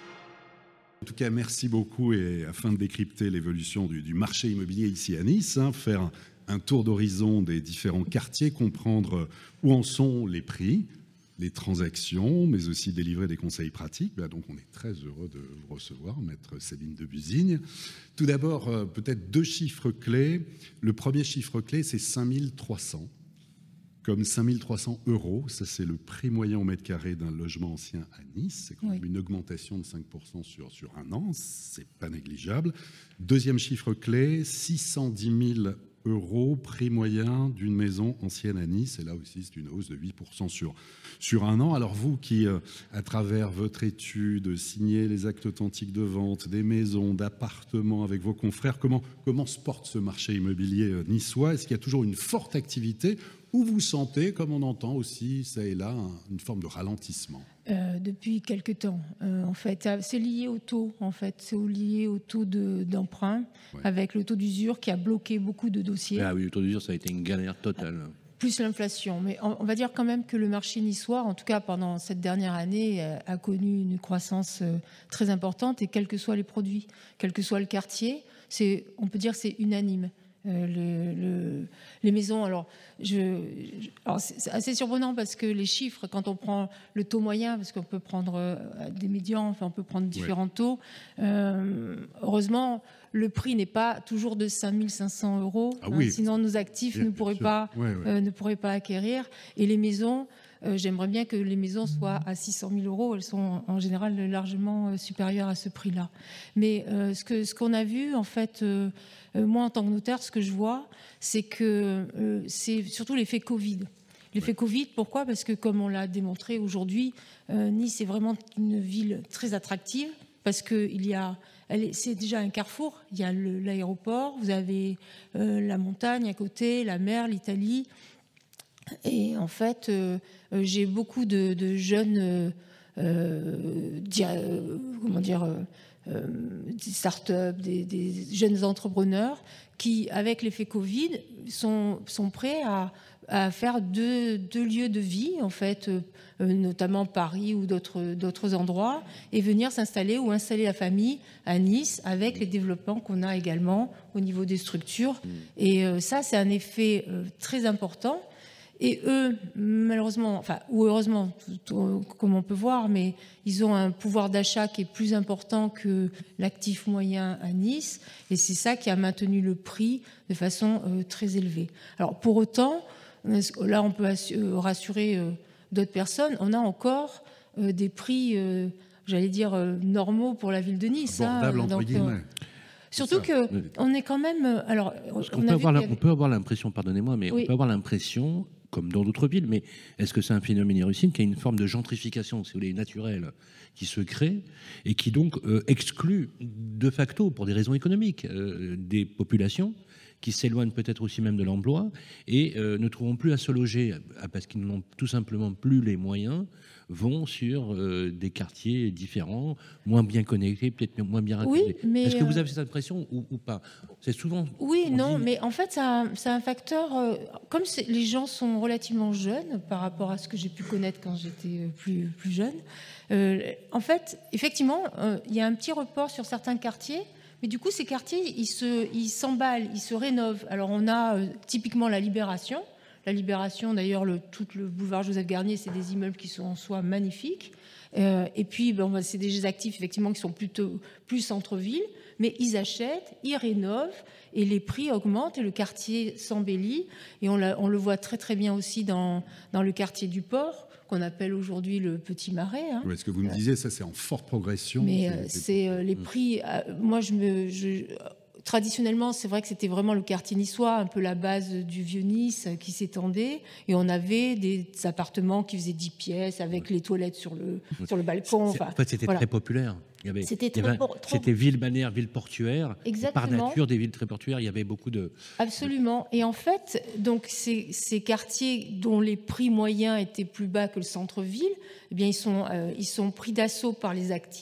En tout cas, merci beaucoup. Et afin de décrypter l'évolution du, du marché immobilier ici à Nice, hein, faire un, un tour d'horizon des différents quartiers, comprendre où en sont les prix, les transactions, mais aussi délivrer des conseils pratiques. Ben donc, on est très heureux de vous recevoir, maître Céline de Busigne. Tout d'abord, euh, peut-être deux chiffres clés. Le premier chiffre clé, c'est cinq mille trois cents. Comme cinq mille trois cents euros, ça c'est le prix moyen au mètre carré d'un logement ancien à Nice. C'est quand même Oui. une augmentation de cinq pour cent sur, sur un an, c'est pas négligeable. Deuxième chiffre clé, six cent dix mille euros, prix moyen d'une maison ancienne à Nice. Et là aussi, c'est une hausse de huit pour cent sur, sur un an. Alors vous qui, euh, à travers votre étude, signez les actes authentiques de vente des maisons, d'appartements avec vos confrères, comment, comment se porte ce marché immobilier euh, niçois? Est-ce qu'il y a toujours une forte activité ou vous sentez, comme on entend aussi, ça et là, un, une forme de ralentissement? Euh, depuis quelque temps, euh, en fait, c'est lié au taux. En fait, c'est lié au taux de, d'emprunt, Ouais. avec le taux d'usure qui a bloqué beaucoup de dossiers, Ah oui, le taux d'usure, ça a été une galère totale. plus l'inflation. Mais on, on va dire quand même que le marché niçois, en tout cas pendant cette dernière année, a, a connu une croissance euh, très importante, et quels que soient les produits, quel que soit le quartier, c'est, on peut dire que c'est unanime. Euh, le, le, les maisons, alors, je, je- alors c'est c'est assez surprenant parce que les chiffres, quand on prend le taux moyen, parce qu'on peut prendre euh, des médians, enfin on peut prendre différents taux, euh, heureusement, le prix n'est pas toujours de cinq mille cinq cents euros, Ah oui. sinon nos actifs Bien, ne bien pourraient sûr. pas Ouais, ouais. euh, ne pourraient pas acquérir. Et les maisons, euh, j'aimerais bien que les maisons soient à six cent mille euros. Elles sont en général largement euh, supérieures à ce prix-là. Mais euh, ce que ce qu'on a vu, en fait, euh, euh, moi en tant que notaire, ce que je vois, c'est que euh, c'est surtout l'effet Covid. L'effet Covid, pourquoi? Parce que comme on l'a démontré aujourd'hui, euh, Nice est vraiment une ville très attractive, parce qu'il y a, elle est- c'est déjà un carrefour. Il y a le- l'aéroport, vous avez euh, la montagne à côté, la mer, l'Italie. Et en fait, euh, euh, j'ai beaucoup de, de jeunes, euh, euh, dia- euh, comment dire, euh, euh, des start-up, des, des jeunes entrepreneurs qui, avec l'effet Covid, sont, sont prêts à, à faire deux, deux lieux de vie, en fait, euh, euh, notamment Paris ou d'autres, d'autres endroits, et venir s'installer ou installer la famille à Nice avec les développements qu'on a également au niveau des structures. Et euh, ça, c'est un effet euh, très important. Et eux, malheureusement, enfin, ou heureusement, tout- tout- comme on peut voir, mais ils ont un pouvoir d'achat qui est plus important que l'actif moyen à Nice. Et c'est ça qui a maintenu le prix de façon euh, très élevée. Alors, pour autant, est-ce- là, on peut assu- euh, rassurer euh, d'autres personnes. On a encore euh, des prix, euh, j'allais dire, euh, normaux pour la ville de Nice. hein. Abordable, entre Donc, euh, guillemets. surtout ça. que on est quand même. euh, Alors, Parce qu'on on peut a vu avoir, qu'il la- y on avait- peut avoir l'impression, pardonnez-moi, mais Oui. on peut avoir l'impression, comme dans d'autres villes, mais est-ce que c'est un phénomène irrusine, qu'il y a une forme de gentrification, si vous voulez, naturelle, qui se crée et qui donc euh, exclut de facto, pour des raisons économiques, euh, des populations qui s'éloignent peut-être aussi même de l'emploi et euh, ne trouvent plus à se loger ah, parce qu'ils n'ont tout simplement plus les moyens, vont sur euh, des quartiers différents, moins bien connectés, peut-être moins bien Oui, raccordés. mais, Est-ce que vous euh, avez cette impression ou, ou pas? C'est souvent. Oui, on non, dit- mais en fait, c'est un, c'est un facteur. euh, comme c'est- les gens sont relativement jeunes par rapport à ce que j'ai pu connaître quand j'étais euh, plus, plus jeune, euh, en fait, effectivement, euh, il y a un petit report sur certains quartiers, mais du coup, ces quartiers, ils se, ils s'emballent, ils se rénovent. Alors, on a euh, typiquement la Libération. La Libération, d'ailleurs, le, tout le boulevard Joseph Garnier, c'est des immeubles qui sont en soi magnifiques. Euh, et puis, bon, bah, c'est des actifs, effectivement, qui sont plutôt plus centre-ville, mais ils achètent, ils rénovent, et les prix augmentent, et le quartier s'embellit. Et on, l'a- on le voit très, très bien aussi dans, dans le quartier du Port, qu'on appelle aujourd'hui le Petit Marais. hein. Ouais, ce que vous me disiez, ça c'est en forte progression. Mais C'est- euh, c'est- c'est euh, les prix. euh, moi, je me, je- traditionnellement, c'est vrai que c'était vraiment le quartier niçois, un peu la base du vieux Nice qui s'étendait. Et on avait des appartements qui faisaient dix pièces avec les toilettes sur le, sur le balcon. Enfin, en fait, c'était voilà. très populaire. Il y avait, c'était il y avait, très por- trop... C'était ville balnéaire, ville portuaire. Exactement. Par nature, des villes très portuaires, il y avait beaucoup de... Absolument. Et en fait, donc, ces, ces quartiers dont les prix moyens étaient plus bas que le centre-ville, eh bien, ils sont, euh, ils sont pris d'assaut par les actifs.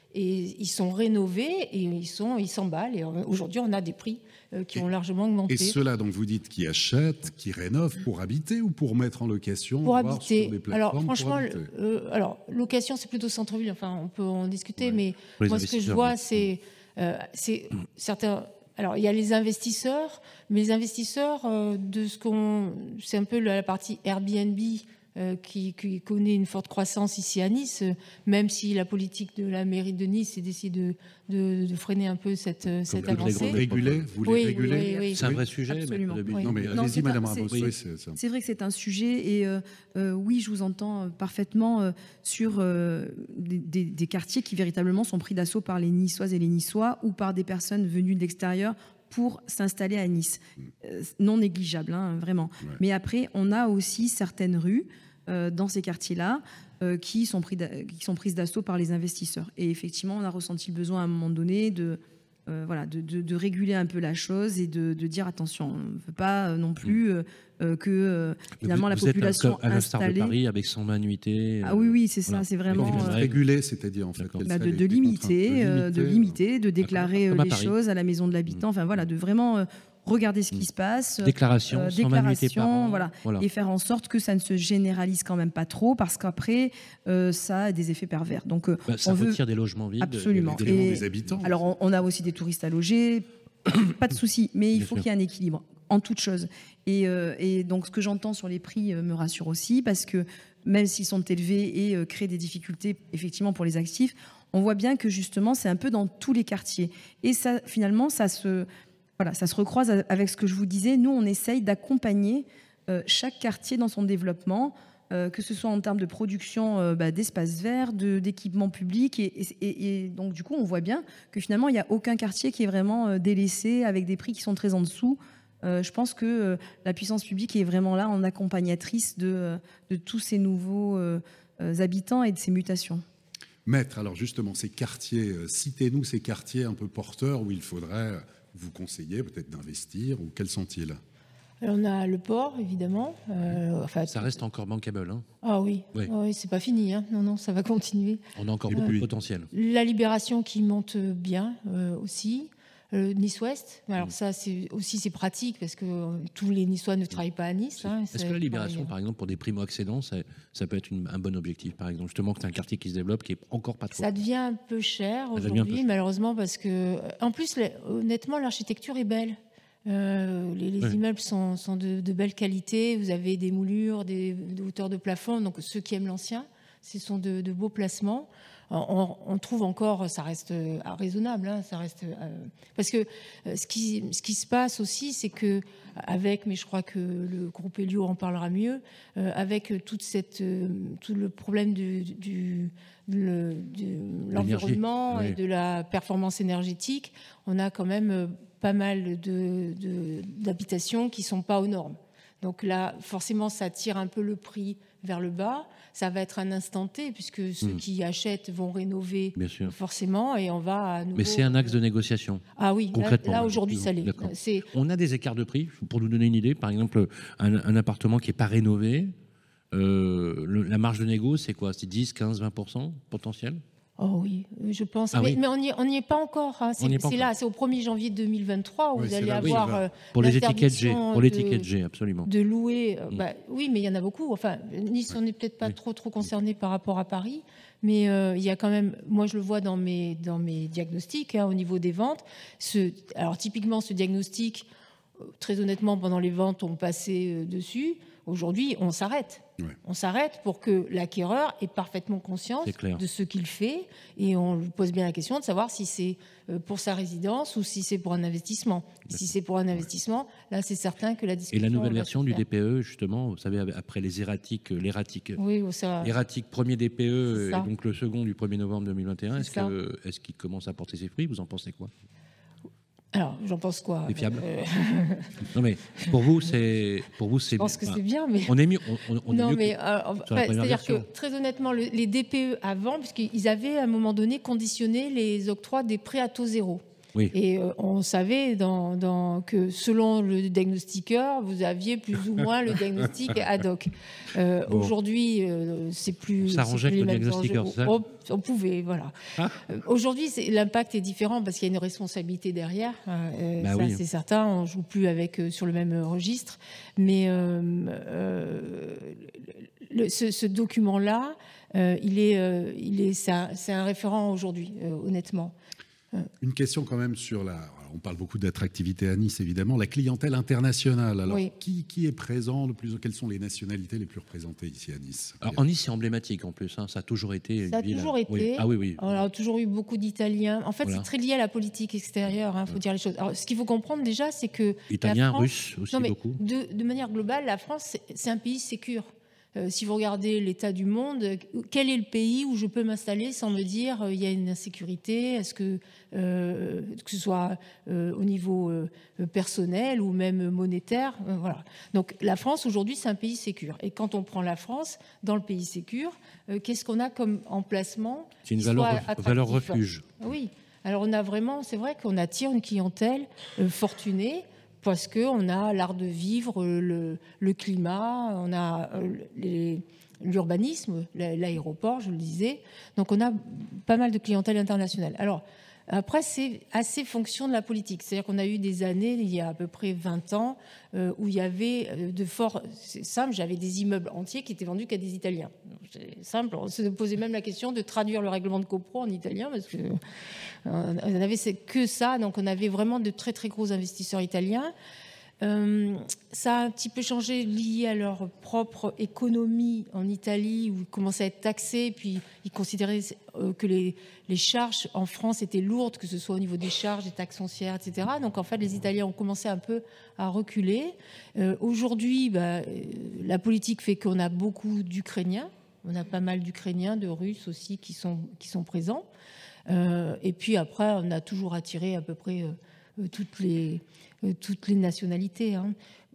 Et ils sont rénovés et ils sont, ils s'emballent. Et aujourd'hui, on a des prix qui ont largement augmenté. Et ceux-là, donc vous dites, qui achètent, qui rénovent pour habiter ou pour mettre en location, pour habiter. Sur des alors franchement, habiter. Euh, alors location, c'est plutôt centre-ville. Enfin, on peut en discuter, ouais. mais moi, ce que je vois, c'est, euh, c'est certains. Alors, il y a les investisseurs, mais les investisseurs, euh, de ce qu'on, c'est un peu la partie Airbnb. Euh, qui, qui connaît une forte croissance ici à Nice, euh, même si la politique de la mairie de Nice est d'essayer de, de, de freiner un peu cette, cette avancée. Vous régulez, vous les oui, régulez oui, oui, C'est un vrai sujet. Absolument. Mais... Oui. Non, mais non, allez-y, Madame un, Ramos. c'est, oui, c'est, c'est... c'est vrai que c'est un sujet, et euh, euh, oui, je vous entends parfaitement euh, sur euh, des, des, des quartiers qui véritablement sont pris d'assaut par les Niçoises et les Niçois ou par des personnes venues de l'extérieur pour s'installer à Nice. Euh, non négligeable, hein, vraiment. Ouais. Mais après, on a aussi certaines rues euh, dans ces quartiers-là euh, qui, sont pris qui sont prises d'assaut par les investisseurs. Et effectivement, on a ressenti le besoin à un moment donné de, euh, voilà, de, de, de réguler un peu la chose et de, de dire attention, on ne veut pas non plus euh, euh, que euh, finalement vous, la vous population êtes à l'instar installée... de Paris avec cent vingt nuitées. Ah oui, oui, c'est voilà. ça, c'est vraiment... Euh... Réguler, c'est-à-dire en fait... Bah de, de, limiter, euh, de limiter, de déclarer euh, les choses à la maison de l'habitant, mmh. enfin voilà, de vraiment... Euh, regarder ce qui se passe, déclaration, euh, déclaration voilà, voilà, et faire en sorte que ça ne se généralise quand même pas trop, parce qu'après euh, ça a des effets pervers. Donc, euh, bah, ça on retire veut... des logements vides, absolument, des, des, des habitants. Alors, on, on a aussi des touristes à loger, pas de souci, mais il Bien faut sûr. qu'il y ait un équilibre en toute chose. Et, euh, et donc, ce que j'entends sur les prix euh, me rassure aussi, parce que même s'ils sont élevés et euh, créent des difficultés effectivement pour les actifs, on voit bien que justement, c'est un peu dans tous les quartiers. Et ça, finalement, ça se Voilà, ça se recroise avec ce que je vous disais. Nous, on essaye d'accompagner euh, chaque quartier dans son développement, euh, que ce soit en termes de production euh, bah, d'espaces verts, de, d'équipements publics. Et, et, et donc, du coup, on voit bien que finalement, il n'y a aucun quartier qui est vraiment euh, délaissé avec des prix qui sont très en dessous. Euh, je pense que euh, la puissance publique est vraiment là en accompagnatrice de, de tous ces nouveaux euh, habitants et de ces mutations. Maître, alors justement, ces quartiers, euh, citez-nous ces quartiers un peu porteurs où il faudrait... vous conseillez peut-être d'investir, ou quels sont-ils? Alors on a le port, évidemment. Euh, enfin, ça reste encore bankable. Hein. Ah oui, oui. Oh oui, c'est pas fini. Hein. Non, non, ça va continuer. On a encore beaucoup de potentiel. La Libération qui monte bien euh, aussi. Euh, Nice-Ouest. Alors mmh. ça, c'est aussi c'est pratique parce que euh, tous les Niçois ne travaillent pas à Nice. Hein, Est-ce que la Libération, par exemple, pour des primo-accédants, ça, ça peut être une, un bon objectif, par exemple, justement que c'est un quartier qui se développe, qui est encore pas trop. Ça devient un peu cher aujourd'hui, malheureusement, parce que, en plus, les, honnêtement, l'architecture est belle. Euh, les les oui. immeubles sont, sont de, de belle qualité. Vous avez des moulures, des, des hauteurs de plafond. Donc ceux qui aiment l'ancien, ce sont de, de beaux placements. On, on trouve encore, ça reste raisonnable, hein, ça reste euh, parce que euh, ce qui ce qui se passe aussi, c'est que avec, mais je crois que le groupe Elio en parlera mieux, euh, avec toute cette euh, tout le problème du, du le, de l'environnement oui. et de la performance énergétique, on a quand même pas mal de, de d'habitations qui sont pas aux normes. Donc là, forcément, ça tire un peu le prix vers le bas. Ça va être un instant T, puisque ceux mmh. qui achètent vont rénover forcément, et on va à nouveau... Mais c'est un axe de négociation. Ah oui, concrètement. Là, là aujourd'hui, ça l'est. C'est... On a des écarts de prix. Pour nous donner une idée, par exemple, un, un appartement qui n'est pas rénové, euh, le, la marge de négo, c'est quoi? C'est dix, quinze, vingt pour cent potentiel? Oh oui, je pense. Ah mais, oui. mais on n'y on est pas encore. Hein. C'est, c'est encore. Là, c'est au premier janvier deux mille vingt-trois où oui, vous allez avoir oui, euh, pour les étiquettes G, pour l'étiquette G, absolument. De louer. Euh, mm. bah, oui, mais il y en a beaucoup. Enfin, Nice, on n'est peut-être pas oui. trop trop concerné par rapport à Paris, mais euh, il y a quand même. Moi, je le vois dans mes dans mes diagnostics hein, au niveau des ventes. Ce, alors typiquement, ce diagnostic, très honnêtement, pendant les ventes, on passait euh, dessus. Aujourd'hui, on s'arrête. Ouais. On s'arrête pour que l'acquéreur ait parfaitement conscience de ce qu'il fait et on lui pose bien la question de savoir si c'est pour sa résidence ou si c'est pour un investissement. D'accord. Si c'est pour un investissement, là, c'est certain que la discussion... Et la nouvelle version du D P E, justement, vous savez, après les erratiques, l'erratique, oui, ça... l'erratique premier D P E et donc le second du premier novembre deux mille vingt et un, est-ce, que, est-ce qu'il commence à porter ses fruits? Vous en pensez quoi? Alors, j'en pense quoi? C'est fiable. Euh, Non, mais pour vous, c'est. Pour vous, c'est Je pense que enfin, c'est bien, mais. On est mieux. On, on- on est Non, mieux mais que- euh, sur la enfin, première c'est-à-dire que version. très honnêtement, le- les D P E avant, puisqu'ils avaient à un moment donné conditionné les octrois des prêts à taux zéro. Oui. Et euh, on savait dans, dans- que selon le diagnostiqueur, vous aviez plus ou moins le diagnostic ad hoc. Euh, Bon. Aujourd'hui, euh, c'est plus. On s'arrangeait c'est plus avec les le mêmes diagnostiqueur, enjeux. c'est ça on, on pouvait, voilà. Ah. Euh, Aujourd'hui, c'est- l'impact est différent parce qu'il y a une responsabilité derrière. Euh, Bah ça, oui. c'est certain. On joue plus avec euh, sur le même registre, mais euh, euh, le- ce, ce document-là, euh, il est, euh, il est, c'est un, c'est un référent aujourd'hui, euh, honnêtement. Une question quand même sur la. On parle beaucoup d'attractivité à Nice, évidemment. La clientèle internationale. Alors, Oui. qui, qui est présent le plus? Quelles sont les nationalités les plus représentées ici à Nice? Alors, en Nice, c'est emblématique en plus. hein, Ça a toujours été. Une Ça a ville- toujours Oui. été. Ah oui, oui. On a toujours eu beaucoup d'Italiens. En fait, Voilà. c'est très lié à la politique extérieure, il faut dire les choses. Alors, ce qu'il faut comprendre déjà, c'est que. Italiens, la France- Russes aussi Non, mais beaucoup. De, de manière globale, la France, c'est- c'est un pays sécure. Euh, si vous regardez l'état du monde, euh, quel est le pays où je peux m'installer sans me dire euh, il y a une insécurité? Est-ce que, euh, que ce soit euh, au niveau euh, personnel ou même monétaire, euh, voilà. Donc la France aujourd'hui c'est un pays sécure. Et quand on prend la France dans le pays sécure, euh, qu'est-ce qu'on a comme emplacement? C'est une qui valeur, soit ref- valeur attractif? refuge. Oui. Alors on a vraiment, c'est vrai qu'on attire une clientèle euh, fortunée parce qu'on a l'art de vivre, euh, le, le climat, on a euh, les- l'urbanisme, l'a- l'aéroport, je le disais. Donc on a pas mal de clientèle internationale. Alors après, c'est assez fonction de la politique. C'est-à-dire qu'on a eu des années, il y a à peu près vingt ans, euh, où il y avait euh, de forts... C'est simple, j'avais des immeubles entiers qui étaient vendus qu'à des Italiens. C'est simple, on se posait même la question de traduire le règlement de copro en italien, parce que euh, on avait c'est que ça, donc on avait vraiment de très très gros investisseurs italiens. Euh, ça a un petit peu changé lié à leur propre économie en Italie, où ils commençaient à être taxés, puis ils considéraient euh, que les, les charges en France étaient lourdes, que ce soit au niveau des charges, des taxes foncières, et cetera. Donc en fait, les Italiens ont commencé un peu à reculer. Euh, Aujourd'hui, bah, euh, la politique fait qu'on a beaucoup d'Ukrainiens, on a pas mal d'Ukrainiens, de Russes aussi qui sont, qui sont présents. Euh, et puis après, on a toujours attiré à peu près euh, toutes les... toutes les nationalités. Hein.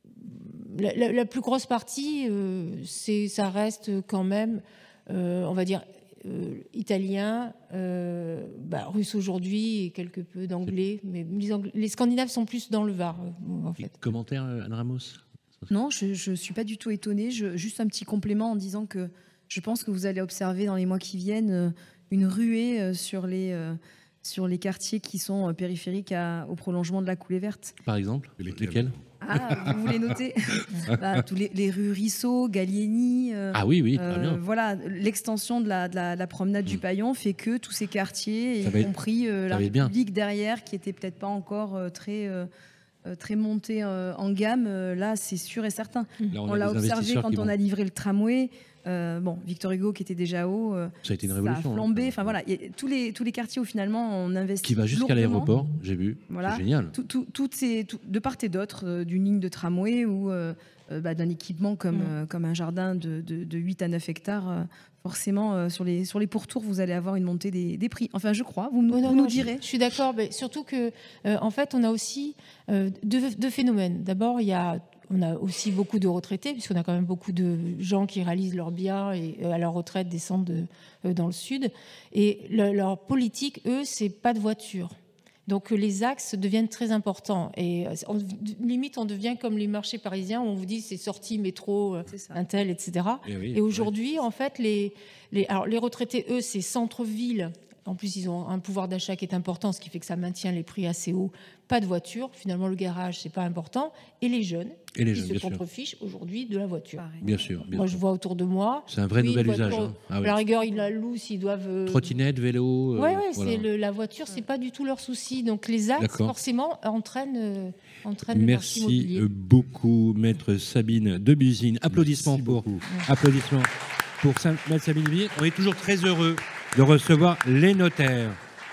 La, la, la plus grosse partie, euh, c'est, ça reste quand même, euh, on va dire, euh, italien, euh, bah, russe aujourd'hui et quelque peu d'anglais. Mais les, Angl- les Scandinaves sont plus dans le Var, euh, en fait. Commentaire, Anne Ramos? Non, je ne suis pas du tout étonnée. Je, juste un petit complément en disant que je pense que vous allez observer dans les mois qui viennent euh, une ruée euh, sur les... euh, sur les quartiers qui sont périphériques à, au prolongement de la coulée verte. Par exemple, Lesquels lesquels? Ah, vous voulez noter? Bah, tous les, les rues Rissot, Gallieni. euh, Ah oui, oui, très euh, bien. Voilà, l'extension de la, de la, de la promenade du Paillon fait que tous ces quartiers, Ça y va être- compris euh, la va être bien. République derrière, qui était peut-être pas encore euh, très, euh, euh, très montée euh, en gamme, euh, là, c'est sûr et certain. Là, On, a l'a des observé investisseurs quand qui on vont- a livré le tramway. Euh, bon, Victor Hugo qui était déjà haut, euh, Ça a été une ça a révolution. hein. flambé. Enfin voilà, il y a tous les tous les quartiers où finalement on investit. Qui va jusqu'à lourdement. l'aéroport, j'ai vu. Voilà. C'est génial. Tout- tout- toutes ces, tout- de part et d'autre, euh, d'une ligne de tramway ou euh, euh, bah, d'un équipement comme, Mm. euh, comme un jardin de, de, de huit à neuf hectares, euh, forcément, euh, sur, les, sur les pourtours, vous allez avoir une montée des, des prix. Enfin, je crois, vous, nous- Oui, non, vous non, nous je- direz. Je, suis d'accord, mais surtout que, euh, en fait, on a aussi euh, deux, deux phénomènes. D'abord, il y a, on a aussi beaucoup de retraités, puisqu'on a quand même beaucoup de gens qui réalisent leur bien et euh, à leur retraite descendent de, euh, dans le sud. Et le- leur politique, eux, c'est pas de voiture. Donc euh, les axes deviennent très importants. Et euh, on- limite, on devient comme les marchés parisiens où on vous dit c'est sorti métro, euh, C'est ça. un tel, et cetera. Eh oui, Et aujourd'hui, en fait, les, les, alors, les retraités, eux, c'est centre-ville. En plus, ils ont un pouvoir d'achat qui est important, ce qui fait que ça maintient les prix assez hauts. Pas de voiture. Finalement, le garage, c'est pas important. Et les jeunes, Et les qui jeunes, se bien sûr. contrefichent aujourd'hui de la voiture. Pareil. Bien sûr. bien Moi, sûr. je vois autour de moi. C'est un vrai oui, nouvel une usage. voiture, hein. Ah À oui. la rigueur, ils la louent s'ils doivent. euh, Trottinette, vélo. euh, Ouais, ouais, voilà. c'est le- la voiture, c'est pas du tout leur souci. Donc les axes, D'accord. forcément, entraînent, euh, entraînent le marché Merci immobilier. euh, beaucoup, maître Sabine Debusine. Applaudissements Merci pour, beaucoup. applaudissements pour Sa- maître Sabine Debusine. On est toujours très heureux de recevoir les notaires.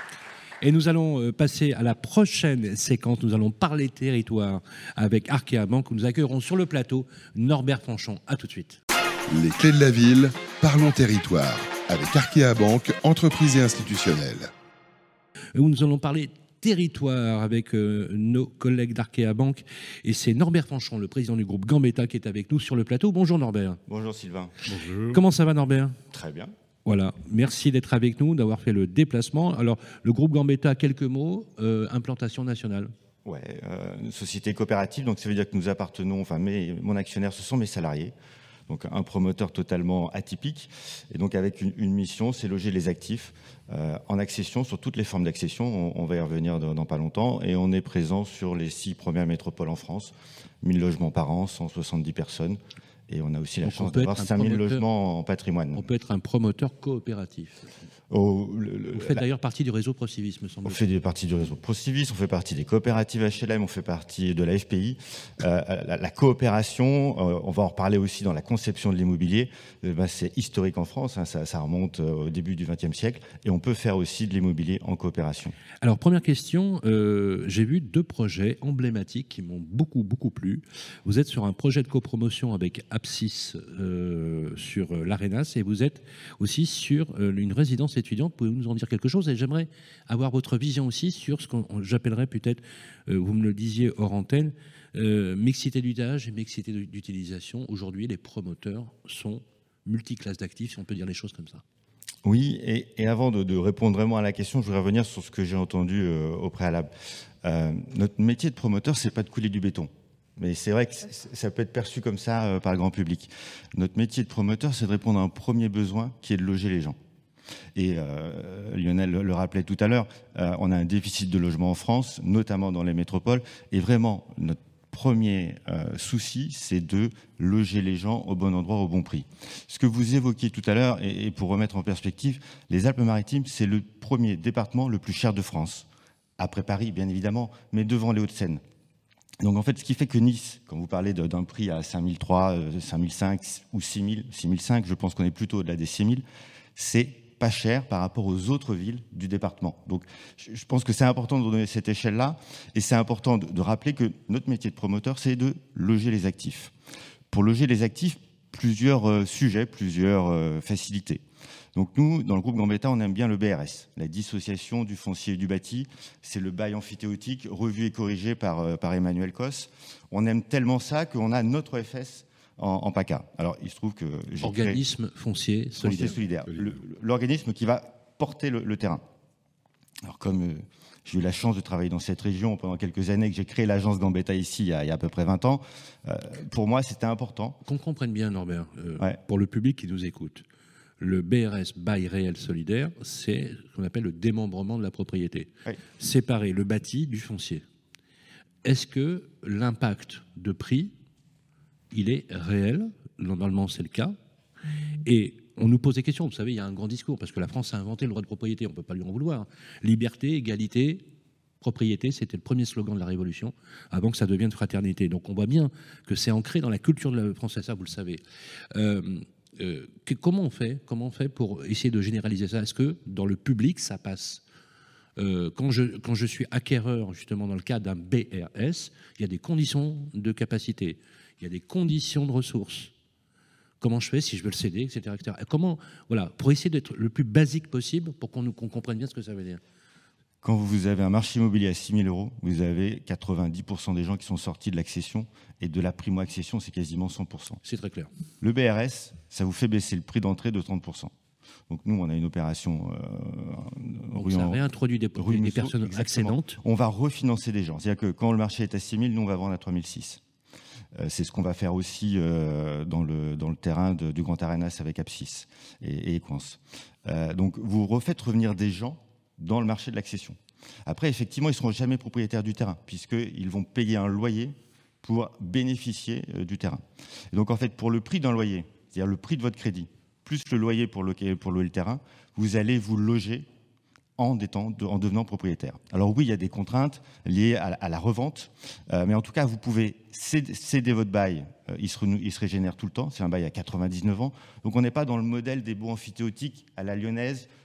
Et nous allons euh, passer à la prochaine séquence. Nous allons parler territoire avec Arkea Banque, où nous accueillerons sur le plateau Norbert Fanchon. À tout de suite. Les clés de la ville, parlons territoire, avec Arkea Banque, entreprise et institutionnelle. Où nous allons parler territoire avec euh, nos collègues d'Arkea Bank. Et c'est Norbert Fanchon, le président du groupe Gambetta, qui est avec nous sur le plateau. Bonjour Norbert. Bonjour Sylvain. Bonjour. Comment ça va Norbert? Très bien. Voilà, merci d'être avec nous, d'avoir fait le déplacement. Alors, le groupe Gambetta, quelques mots, euh, implantation nationale. Ouais, euh, une société coopérative, donc ça veut dire que nous appartenons, enfin mes, mon actionnaire, ce sont mes salariés. Donc un promoteur totalement atypique. Et donc avec une, une mission, c'est loger les actifs euh, en accession, sur toutes les formes d'accession. On, on va y revenir dans, dans pas longtemps. Et on est présent sur les six premières métropoles en France. mille logements par an, cent soixante-dix personnes. Et on a aussi la Donc chance d'avoir cinq mille logements en patrimoine. On peut être un promoteur coopératif. Oh, le, le, Vous faites la, d'ailleurs partie du réseau Procivis, me semble-t-il. On fait partie du réseau Procivis, on fait partie des coopératives H L M, on fait partie de la F P I. Euh, la, la coopération, euh, on va en reparler aussi dans la conception de l'immobilier, euh, bah, c'est historique en France, hein, ça, ça remonte au début du vingtième siècle, et on peut faire aussi de l'immobilier en coopération. Alors, première question, euh, j'ai vu deux projets emblématiques qui m'ont beaucoup, beaucoup plu. Vous êtes sur un projet de copromotion avec Apsis euh, sur euh, l'Arenas, et vous êtes aussi sur euh, une résidence étudiante. Pouvez-vous nous en dire quelque chose? Et j'aimerais avoir votre vision aussi sur ce que j'appellerais peut-être, euh, vous me le disiez hors antenne, euh, mixité d'usage et mixité d'utilisation. Aujourd'hui, les promoteurs sont multiclasses d'actifs, si on peut dire les choses comme ça. Oui, et, et avant de, de répondre vraiment à la question, je voudrais revenir sur ce que j'ai entendu euh, au préalable. Euh, notre métier de promoteur, c'est pas de couler du béton. Mais c'est vrai que ça peut être perçu comme ça euh, par le grand public. Notre métier de promoteur, c'est de répondre à un premier besoin qui est de loger les gens. Et euh, Lionel le rappelait tout à l'heure, euh, on a un déficit de logement en France, notamment dans les métropoles, et vraiment notre premier euh, souci, c'est de loger les gens au bon endroit, au bon prix. Ce que vous évoquiez tout à l'heure, et, et pour remettre en perspective, les Alpes-Maritimes, c'est le premier département le plus cher de France, après Paris bien évidemment, mais devant les Hauts-de-Seine. Donc en fait, ce qui fait que Nice, quand vous parlez d'un prix à cinq mille trois, cinq mille cinq ou six mille, six mille cinq, je pense qu'on est plutôt au-delà des six mille, c'est pas cher par rapport aux autres villes du département. Donc je pense que c'est important de donner cette échelle-là, et c'est important de, de rappeler que notre métier de promoteur, c'est de loger les actifs. Pour loger les actifs, plusieurs euh, sujets, plusieurs euh, facilités. Donc nous, dans le groupe Gambetta, on aime bien le B R S, la dissociation du foncier et du bâti. C'est le bail amphithéotique revu et corrigé par, euh, par Emmanuel Cos. On aime tellement ça qu'on a notre F S en, en PACA. Alors, il se trouve que j'ai Organisme créé... foncier solidaire. Foncier solidaire. L'organisme qui va porter le, le terrain. Alors, comme euh, j'ai eu la chance de travailler dans cette région pendant quelques années, que j'ai créé l'agence Gambetta ici il y, a, il y a à peu près vingt ans, euh, pour moi, c'était important. Qu'on comprenne bien, Norbert, euh, ouais. pour le public qui nous écoute. Le B R S, bail réel solidaire, c'est ce qu'on appelle le démembrement de la propriété. Oui. Séparer le bâti du foncier. Est-ce que l'impact de prix, il est réel? Normalement, c'est le cas. Et on nous pose des questions. Vous savez, il y a un grand discours, parce que la France a inventé le droit de propriété, on ne peut pas lui en vouloir. Liberté, égalité, propriété, c'était le premier slogan de la Révolution, avant que ça devienne fraternité. Donc on voit bien que c'est ancré dans la culture de la française, ça vous le savez. Euh, Euh, que, comment on fait Comment on fait pour essayer de généraliser ça? Est-ce que dans le public, ça passe euh, quand, je, quand je suis acquéreur, justement, dans le cas d'un B R S, il y a des conditions de capacité, il y a des conditions de ressources. Comment je fais si je veux le céder, et cetera, et cetera. Comment, voilà, pour essayer d'être le plus basique possible, pour qu'on, qu'on comprenne bien ce que ça veut dire. Quand vous avez un marché immobilier à six mille euros, vous avez quatre-vingt-dix pour cent des gens qui sont sortis de l'accession, et de la primo-accession, c'est quasiment cent pour cent. C'est très clair. Le B R S, ça vous fait baisser le prix d'entrée de trente pour cent. Donc nous, on a une opération... Euh, Donc rue ça en, réintroduit des, des Mousseau, personnes exactement. Accédantes. On va refinancer des gens. C'est-à-dire que quand le marché est à six mille, nous, on va vendre à trois mille six. Euh, c'est ce qu'on va faire aussi euh, dans, le, dans le terrain de, du Grand Arenas avec Apsis et, et Equance. Euh, donc vous refaites revenir des gens dans le marché de l'accession. Après, effectivement, ils ne seront jamais propriétaires du terrain, puisqu'ils vont payer un loyer pour bénéficier euh, du terrain. Et donc, en fait, pour le prix d'un loyer, c'est-à-dire le prix de votre crédit, plus le loyer pour, le, pour louer le terrain, vous allez vous loger en, étant, de, en devenant propriétaire. Alors oui, il y a des contraintes liées à, à la revente, euh, mais en tout cas, vous pouvez céder, céder votre bail, euh, il, se, il se régénère tout le temps, c'est un bail à quatre-vingt-dix-neuf ans, donc on n'est pas dans le modèle des baux amphithéotiques à la lyonnaise,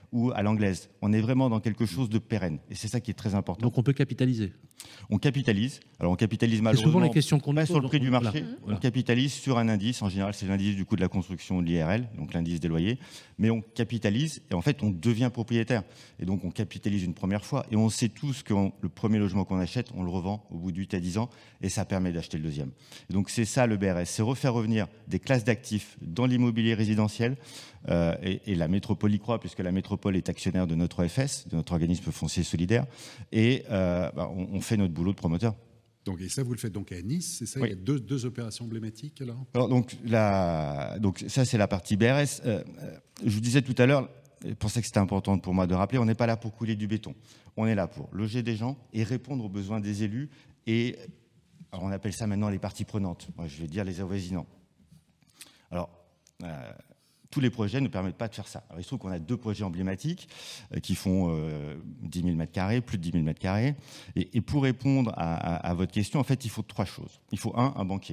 ou à l'anglaise. On est vraiment dans quelque chose de pérenne. Et c'est ça qui est très important. Donc on peut capitaliser. On capitalise. Alors on capitalise C'est malheureusement souvent les questions qu'on pas nous sur le pose, prix du donc, marché. voilà. On Voilà. capitalise sur un indice. En général, c'est l'indice du coût de la construction de l'I R L, donc l'indice des loyers. Mais on capitalise et en fait, on devient propriétaire. Et donc on capitalise une première fois. Et on sait tous que on- le premier logement qu'on achète, on le revend au bout de huit à dix ans. Et ça permet d'acheter le deuxième. Et donc c'est ça le B R S. C'est refaire revenir des classes d'actifs dans l'immobilier résidentiel. Euh, et, et la métropole y croit, puisque la métropole est actionnaire de notre O F S, de notre organisme foncier solidaire. Et euh, bah, on, on fait notre boulot de promoteur. Donc, et ça, vous le faites donc à Nice, c'est ça? Oui. Il y a deux, deux opérations emblématiques alors? Alors donc, la, donc ça c'est la partie B R S. Euh, euh, je vous disais tout à l'heure, c'est pour ça que c'était important pour moi de rappeler, on n'est pas là pour couler du béton. On est là pour loger des gens et répondre aux besoins des élus. Et alors on appelle ça maintenant les parties prenantes. Moi, je vais dire les avoisinants. Alors, euh, tous les projets ne permettent pas de faire ça. Alors, il se trouve qu'on a deux projets emblématiques euh, qui font euh, dix mille mètres carrés, plus de dix mille mètres carrés. Et, et pour répondre à, à, à votre question, en fait, il faut trois choses. Il faut un, un banquier.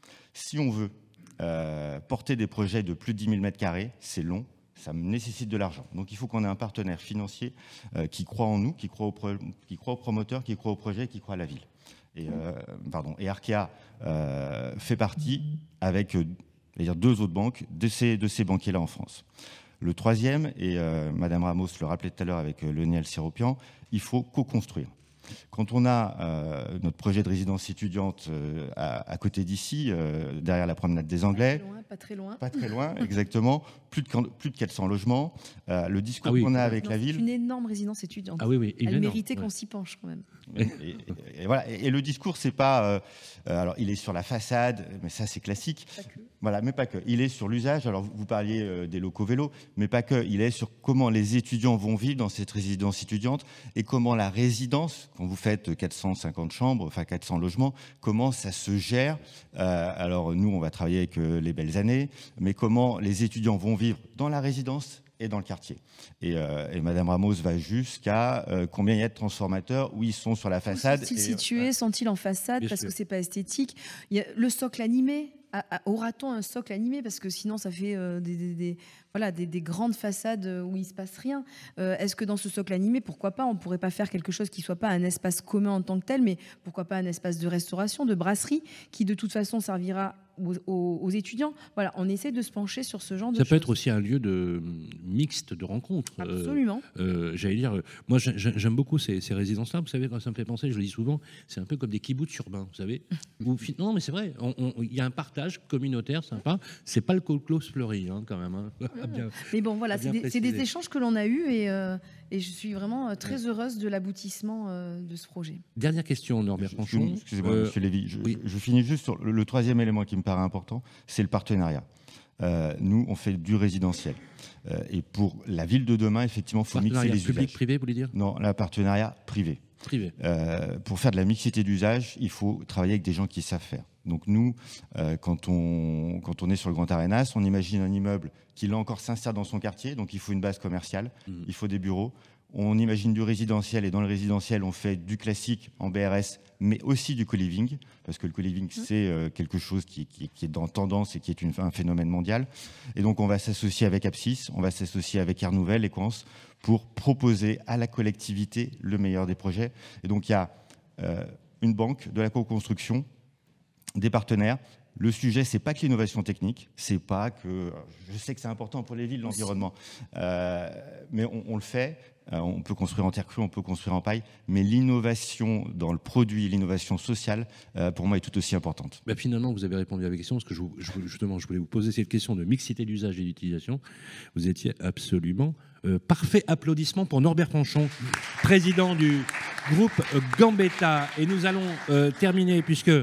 Si on veut euh, porter des projets de plus de dix mille mètres carrés, c'est long, ça nécessite de l'argent. Donc il faut qu'on ait un partenaire financier euh, qui croit en nous, qui croit, au pro- qui croit aux promoteurs, qui croit au projet, qui croit à la ville. Et, euh, pardon, et Arkea euh, fait partie avec euh, dire deux autres banques de ces, de ces banquiers-là en France. Le troisième, et euh, Madame Ramos le rappelait tout à l'heure avec euh, Lionel Séropian, il faut co-construire. Quand on a euh, notre projet de résidence étudiante euh, à, à côté d'ici, euh, derrière la promenade des Anglais, Pas très loin. pas très loin, exactement, plus de, plus de quatre cents logements, euh, le discours Ah oui. qu'on a avec Non, la c'est ville... une énorme résidence étudiante. Ah oui, oui. Elle évidemment, méritait ouais. qu'on s'y penche quand même. Et, et- et voilà. Et, et le discours, c'est pas. euh, euh, alors, il est sur la façade, mais ça, c'est classique. Pas que. Voilà, mais pas que. Il est sur l'usage. Alors, vous, vous parliez euh, des locaux vélos, mais pas que. Il est sur comment les étudiants vont vivre dans cette résidence étudiante et comment la résidence, quand vous faites quatre cent cinquante chambres, enfin quatre cents logements, comment ça se gère. Euh, alors, nous, on va travailler avec euh, les belles années, mais comment les étudiants vont vivre dans la résidence et dans le quartier. Et, euh, et Madame Ramos va jusqu'à euh, combien il y a de transformateurs où ils sont sur la façade. Sont-ils et- situés, sont-ils en façade Bien parce sûr. que c'est pas esthétique? Il y a le socle animé. A- a- Aura-t-on un socle animé parce que sinon ça fait euh, des, des- des- voilà des, des grandes façades euh, où il se passe rien. Euh, Est-ce que dans ce socle animé, pourquoi pas, on pourrait pas faire quelque chose qui soit pas un espace commun en tant que tel, mais pourquoi pas un espace de restauration, de brasserie, qui de toute façon servira aux, aux- aux étudiants. Voilà, on essaie de se pencher sur ce genre de Ça choses. peut être aussi un lieu de mixte de rencontres. Euh, Absolument. euh, J'allais dire, euh, moi j'ai- j'ai- j'aime beaucoup ces, ces résidences-là. Vous savez, quand ça me fait penser, je le dis souvent, c'est un peu comme des kibbutz urbains, vous savez. Où, fi- non, mais c'est vrai, on- on- il y a un partage communautaire sympa. C'est pas le close fleuri, hein, quand même. hein. À bien- Mais bon, voilà, à c'est bien des, c'est des préciser. échanges que l'on a eus et, euh, et je suis vraiment euh, très heureuse de l'aboutissement euh, de ce projet. Dernière question, Norbert Je- Franchon. Excusez-moi, Euh, Monsieur Lévy, je, oui. je- je finis juste sur le, le troisième élément qui me paraît important, c'est le partenariat. Euh, nous, on fait du résidentiel. Euh, et pour la ville de demain, effectivement, il faut mixer Partenariat les usages. public-privé, vous voulez dire? Non, le partenariat privé. Privé. Euh, pour faire de la mixité d'usage, il faut travailler avec des gens qui savent faire. Donc nous, euh, quand, on, quand on est sur le Grand Arenas, on imagine un immeuble qui, là encore, s'insère dans son quartier, donc il faut une base commerciale, Mhm. il faut des bureaux. On imagine du résidentiel, et dans le résidentiel, on fait du classique en B R S, mais aussi du co-living, parce que le co-living, c'est euh, quelque chose qui, qui- qui est dans tendance et qui est une- un phénomène mondial. Et donc, on va s'associer avec Apsis, on va s'associer avec Air Nouvelle, Equance, pour proposer à la collectivité le meilleur des projets. Et donc, il y a euh, une banque, de la co-construction, des partenaires. Le sujet, c'est pas que l'innovation technique, c'est pas que. Je sais que c'est important pour les villes, l'environnement, euh, mais on, on le fait. Euh, on peut construire en terre crue, on peut construire en paille, mais l'innovation dans le produit, l'innovation sociale, euh, pour moi, est tout aussi importante. Ben, finalement, vous avez répondu à la question, parce que je, vous- je vous- justement, je voulais vous poser cette question de mixité d'usage et d'utilisation. Vous étiez absolument euh, parfait. Applaudissements pour Norbert Franchon, président du groupe Gambetta. Et nous allons euh, terminer, puisque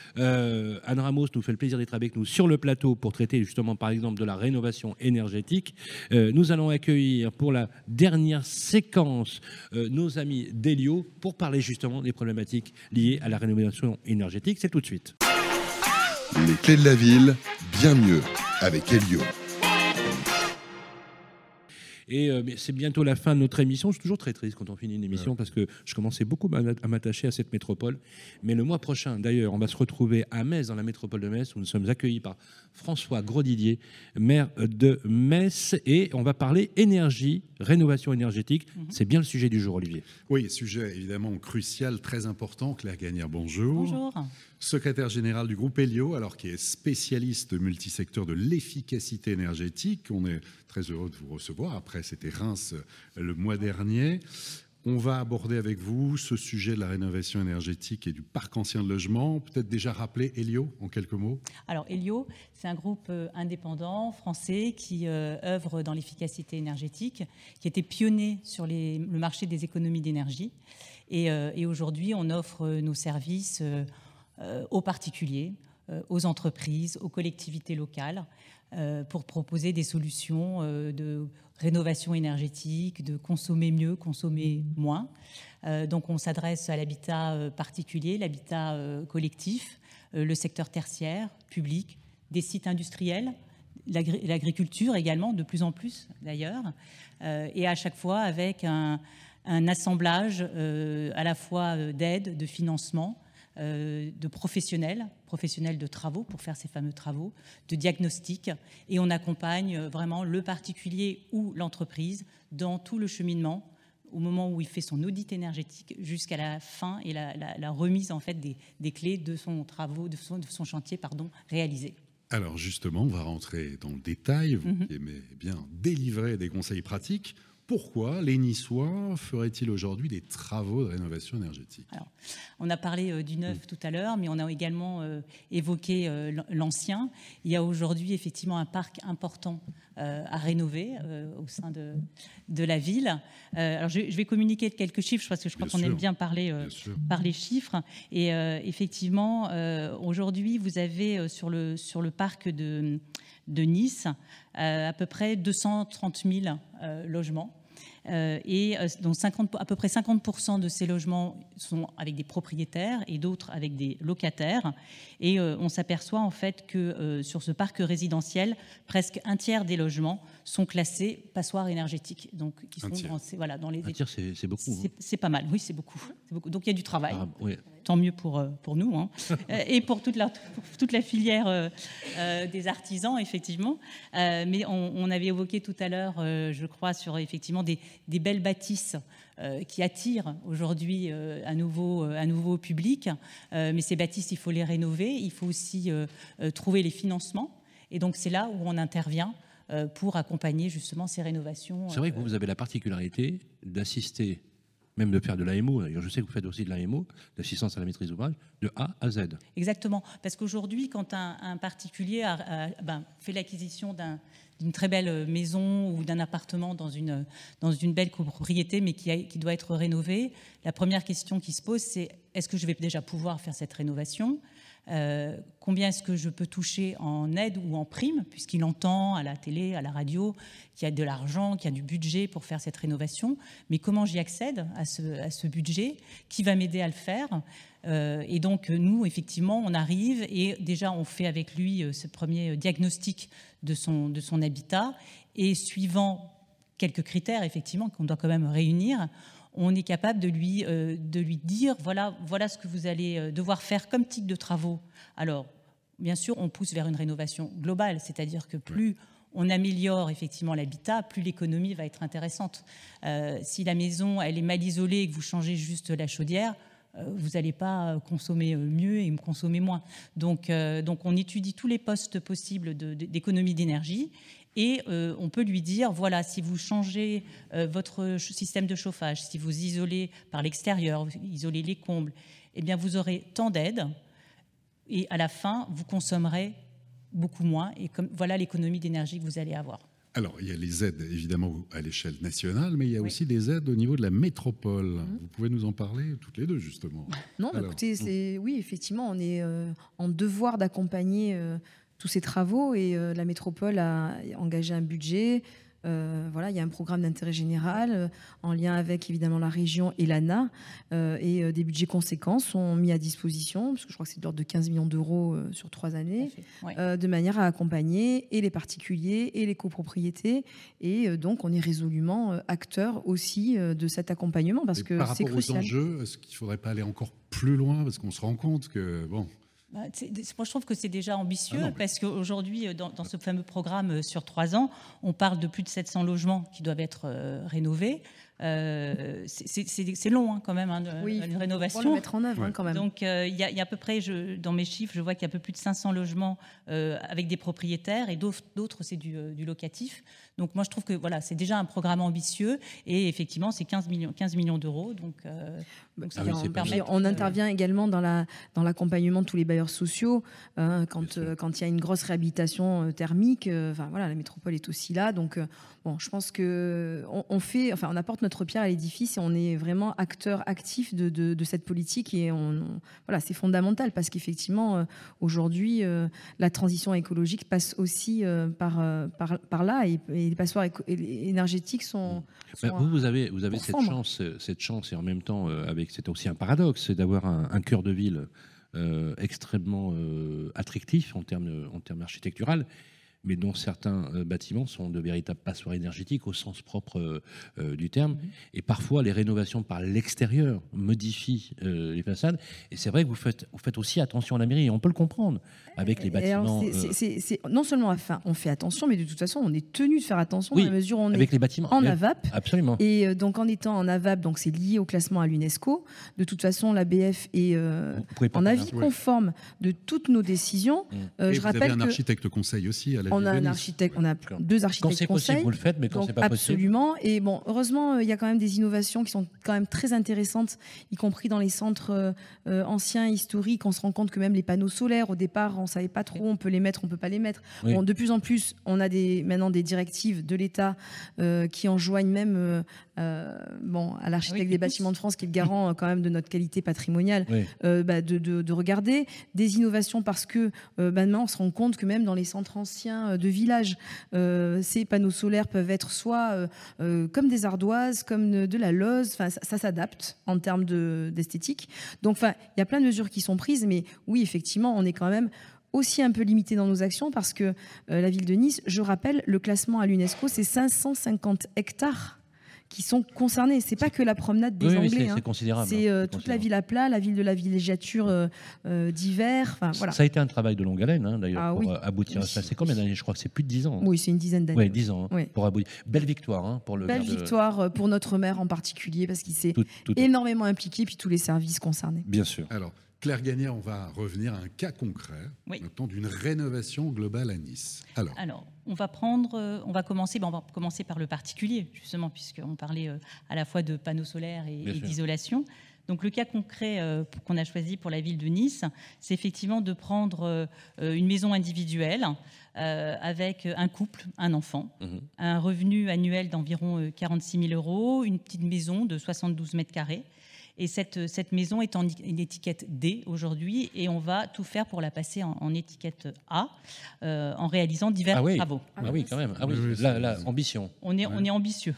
euh, Anne Ramos nous fait le plaisir d'être avec nous sur le plateau pour traiter justement, par exemple, de la rénovation énergétique. Euh, nous allons accueillir pour la dernière séquence euh, nos amis d'Elio pour parler justement des problématiques liées à la rénovation énergétique. C'est tout de suite. Les clés de la ville, bien mieux avec Elio. Et euh, mais c'est bientôt la fin de notre émission. Je suis toujours très triste quand on finit une émission ouais. parce que je commençais beaucoup à m'attacher à cette métropole. Mais le mois prochain, d'ailleurs, on va se retrouver à Metz, dans la métropole de Metz, où nous sommes accueillis par François Grosdidier, maire de Metz, et on va parler énergie, rénovation énergétique. Mm-hmm. C'est bien le sujet du jour, Olivier. Oui, sujet évidemment crucial, très important. Claire Gagnère, bonjour. Bonjour. Secrétaire général du groupe Elio, alors qui est spécialiste multisecteur de l'efficacité énergétique. On est très heureux de vous recevoir. Après, c'était Reims le mois dernier. On va aborder avec vous ce sujet de la rénovation énergétique et du parc ancien de logement. Peut-être déjà rappeler Elio en quelques mots. Alors Elio, c'est un groupe indépendant français qui euh, œuvre dans l'efficacité énergétique, qui était pionnier sur les, le marché des économies d'énergie. Et, euh, et aujourd'hui, on offre nos services euh, euh, aux particuliers, euh, aux entreprises, aux collectivités locales, euh, pour proposer des solutions euh, de rénovation énergétique, de consommer mieux, consommer moins. Euh, donc on s'adresse à l'habitat euh, particulier, l'habitat euh, collectif, euh, le secteur tertiaire, public, des sites industriels, l'agri- l'agriculture également, de plus en plus d'ailleurs, euh, et à chaque fois avec un, un assemblage euh, à la fois d'aide, de financement, Euh, de professionnels, professionnels de travaux pour faire ces fameux travaux, de diagnostic, et on accompagne vraiment le particulier ou l'entreprise dans tout le cheminement au moment où il fait son audit énergétique jusqu'à la fin et la, la, la remise en fait des, des clés de son travaux, de son, de son chantier pardon, réalisé. Alors justement, on va rentrer dans le détail. Vous mm-hmm. qui aimez bien délivrer des conseils pratiques. Pourquoi les Niçois feraient-ils aujourd'hui des travaux de rénovation énergétique ? Alors, on a parlé euh, du neuf mmh. tout à l'heure, mais on a également euh, évoqué euh, l'ancien. Il y a aujourd'hui effectivement un parc important euh, à rénover euh, au sein de, de la ville. Euh, alors, je, je vais communiquer quelques chiffres parce que je crois bien qu'on sûr. aime bien parler euh, bien par les chiffres. Et euh, effectivement, euh, aujourd'hui, vous avez euh, sur, le, sur le parc de... de Nice, euh, à peu près deux cent trente mille euh, logements. Euh, et euh, donc cinquante, à peu près cinquante pour cent de ces logements sont avec des propriétaires et d'autres avec des locataires. Et euh, on s'aperçoit en fait que euh, sur ce parc résidentiel, presque un tiers des logements sont classés passoires énergétiques. Donc, qui sont dans, voilà, dans les, un tiers, c'est, c'est beaucoup. C'est, c'est pas mal, oui, c'est beaucoup. c'est beaucoup. Donc il y a du travail. Ah, oui. Tant mieux pour, pour nous, hein. Et pour toute la, pour toute la filière euh, euh, des artisans, effectivement. Euh, mais on, on avait évoqué tout à l'heure, euh, je crois, sur effectivement des, des belles bâtisses euh, qui attirent aujourd'hui euh, un, nouveau, un nouveau public. Euh, mais ces bâtisses, il faut les rénover. Il faut aussi euh, euh, trouver les financements. Et donc, c'est là où on intervient euh, pour accompagner justement ces rénovations. C'est vrai que vous avez la particularité d'assister, même de faire de l'A M O, d'ailleurs je sais que vous faites aussi de l'A M O, d'assistance à la maîtrise d'ouvrage, de A à Z. Exactement, parce qu'aujourd'hui, quand un, un particulier a, a, ben, fait l'acquisition d'un, d'une très belle maison ou d'un appartement dans une, dans une belle copropriété, mais qui, a, qui doit être rénové, la première question qui se pose, c'est est-ce que je vais déjà pouvoir faire cette rénovation ? Euh, combien est-ce que je peux toucher en aide ou en prime, puisqu'il entend à la télé, à la radio, qu'il y a de l'argent, qu'il y a du budget pour faire cette rénovation, mais comment j'y accède à ce, à ce budget ? Qui va m'aider à le faire ? euh, Et donc, nous, effectivement, on arrive et déjà, on fait avec lui ce premier diagnostic de son, de son habitat, et suivant quelques critères, effectivement, qu'on doit quand même réunir, on est capable de lui, euh, de lui dire, voilà, voilà ce que vous allez devoir faire comme type de travaux. Alors, bien sûr, on pousse vers une rénovation globale, c'est-à-dire que plus on améliore effectivement l'habitat, plus l'économie va être intéressante. Euh, si la maison, elle est mal isolée et que vous changez juste la chaudière, euh, vous n'allez pas consommer mieux et consommer moins. Donc, euh, donc on étudie tous les postes possibles de, de, d'économie d'énergie. Et euh, on peut lui dire, voilà, si vous changez euh, votre système de chauffage, si vous isolez par l'extérieur, vous isolez les combles, eh bien, vous aurez tant d'aides et à la fin, vous consommerez beaucoup moins. Et comme, voilà l'économie d'énergie que vous allez avoir. Alors, il y a les aides, évidemment, à l'échelle nationale, mais il y a oui. aussi des aides au niveau de la métropole. Mmh. Vous pouvez nous en parler toutes les deux, justement. Non, Alors, écoutez, c'est, oui, effectivement, on est euh, en devoir d'accompagner... Euh, tous ces travaux et euh, la métropole a engagé un budget Euh, voilà, il y a un programme d'intérêt général euh, en lien avec évidemment la région et l'A N A euh, et euh, des budgets conséquents sont mis à disposition, parce que je crois que c'est de l'ordre de quinze millions d'euros euh, sur trois années, ouais. euh, de manière à accompagner et les particuliers et les copropriétés. Et euh, donc, on est résolument euh, acteur aussi euh, de cet accompagnement parce Et que par c'est rapport aux crucial. enjeux, est-ce qu'il ne faudrait pas aller encore plus loin? Parce qu'on se rend compte que, bon... Bah, c'est- moi, je trouve que c'est déjà ambitieux Ah non, mais- parce qu'aujourd'hui, dans, dans ce fameux programme euh, sur trois ans, on parle de plus de sept cents logements qui doivent être euh, rénovés. Euh, c'est- c'est c'est- c'est long hein, quand même, hein, de- Oui, une faut rénovation. pouvoir le mettre en œuvre hein, quand même. Donc, euh, il y, a- il y a à peu près, je, dans mes chiffres, je vois qu'il y a un peu plus de cinq cents logements euh, avec des propriétaires et d'autres, d'autres, c'est du, euh, du locatif. Donc, moi, je trouve que voilà, c'est déjà un programme ambitieux et effectivement, c'est quinze millions, quinze millions d'euros. Donc, euh, donc ça Ah va oui, nous c'est pas permettre mal. On de- intervient également dans la dans l'accompagnement de tous les bailleurs sociaux hein, quand euh, quand il y a une grosse réhabilitation euh, thermique. euh, Enfin voilà, la métropole est aussi là. Donc euh, bon, je pense que on, on fait, enfin on apporte notre pierre à l'édifice et on est vraiment acteur actif de, de, de cette politique et on, on- voilà, c'est fondamental parce qu'effectivement euh, aujourd'hui euh, la transition écologique passe aussi euh, par, euh, par par là et, et les passoires éco- et- énergétiques sont. Ben, sont vous, à- vous avez, vous avez pour cette fondre. chance, euh, cette chance, et en même temps, euh, avec, c'est aussi un paradoxe, c'est d'avoir un, un cœur de ville euh, extrêmement euh, attractif en termes, en termes architectural, mais dont certains euh, bâtiments sont de véritables passoires énergétiques au sens propre euh, euh, du terme. Mhm. Et parfois, les rénovations par l'extérieur modifient euh, les façades. Et c'est vrai que vous faites, vous faites aussi attention à la mairie, et on peut le comprendre avec les Et alors, bâtiments. c'est- c'est- euh, c'est- c'est- non seulement enfin, on fait attention, mais de toute façon, on est tenu de faire attention Oui, dans la mesure où on avec est les bâtiments. en Mais- A V A P. Absolument. Et euh, donc, en étant en A V A P, donc c'est lié au classement à l'UNESCO. De toute façon, l'A B F est euh, Vous pouvez pas en faire avis n'importe- conforme de toutes nos décisions. Mm. Euh, Et je vous avez rappelle un que architecte conseil aussi à la on ville a de un Nice. architecte, on a deux Quand architectes c'est possible, conseils. vous le faites, mais quand Donc, c'est pas possible. absolument. Et bon, heureusement, euh, il y a quand même des innovations qui sont quand même très intéressantes, y compris dans les centres euh, euh, anciens, historiques. On se rend compte que même les panneaux solaires, au départ, on savait pas trop, on peut les mettre, on peut pas les mettre. Oui. Bon, de plus en plus, on a des, maintenant des directives de l'État euh, qui enjoignent même euh, euh, bon, à l'architecte Oui, des qui bâtiments de France, qui est le garant euh, quand même de notre qualité patrimoniale, Oui. euh, bah, de, de- de regarder des innovations parce que euh, bah, maintenant on se rend compte que même dans les centres anciens euh, de villages, euh, ces panneaux solaires peuvent être soit euh, euh, comme des ardoises, comme de, de la lauze, enfin ça, ça s'adapte en termes de- d'esthétique. Donc enfin, il y a plein de mesures qui sont prises, mais oui, effectivement, on est quand même aussi un peu limité dans nos actions parce que euh, la ville de Nice, je rappelle, le classement à l'UNESCO, c'est cinq cent cinquante hectares qui sont concernés. C'est pas que la promenade des Oui, oui, Anglais. c'est hein. c'est considérable. C'est euh, hein, c'est toute la considérable. ville à plat, la ville de la villégiature euh, euh, d'hiver. Enfin, voilà. Ça a été un travail de longue haleine, hein, d'ailleurs, Ah pour oui. euh, aboutir à Oui. ça. C'est combien d'années? Je crois que c'est plus de dix ans. Oui, c'est une dizaine d'années. Oui, dix ans, hein, Oui. pour aboutir. Belle victoire hein, pour le Belle maire de- victoire euh, pour notre maire en particulier parce qu'il s'est Tout- tout- énormément impliqué, puis tous les services concernés. Bien sûr. Alors, Claire Gagnère, on va revenir à un cas concret, Oui. maintenant d'une rénovation globale à Nice. Alors, Alors, on va prendre, euh, on va commencer, ben, on va commencer par le particulier, justement, puisqu'on parlait euh, à la fois de panneaux solaires et, Bien et sûr. d'isolation. Donc, le cas concret euh, pour- qu'on a choisi pour la ville de Nice, c'est effectivement de prendre euh, euh, une maison individuelle euh, avec un couple, un enfant, Mhm. un revenu annuel d'environ euh, quarante-six mille euros, une petite maison de soixante-douze mètres carrés. Et cette, cette maison est en une étiquette D aujourd'hui et on va tout faire pour la passer en, en étiquette A euh, en réalisant divers Ah oui. travaux. Ah oui, quand même. Ah oui, Oui, oui, là, c'est- là, ambition. On est, Ouais. on est ambitieux.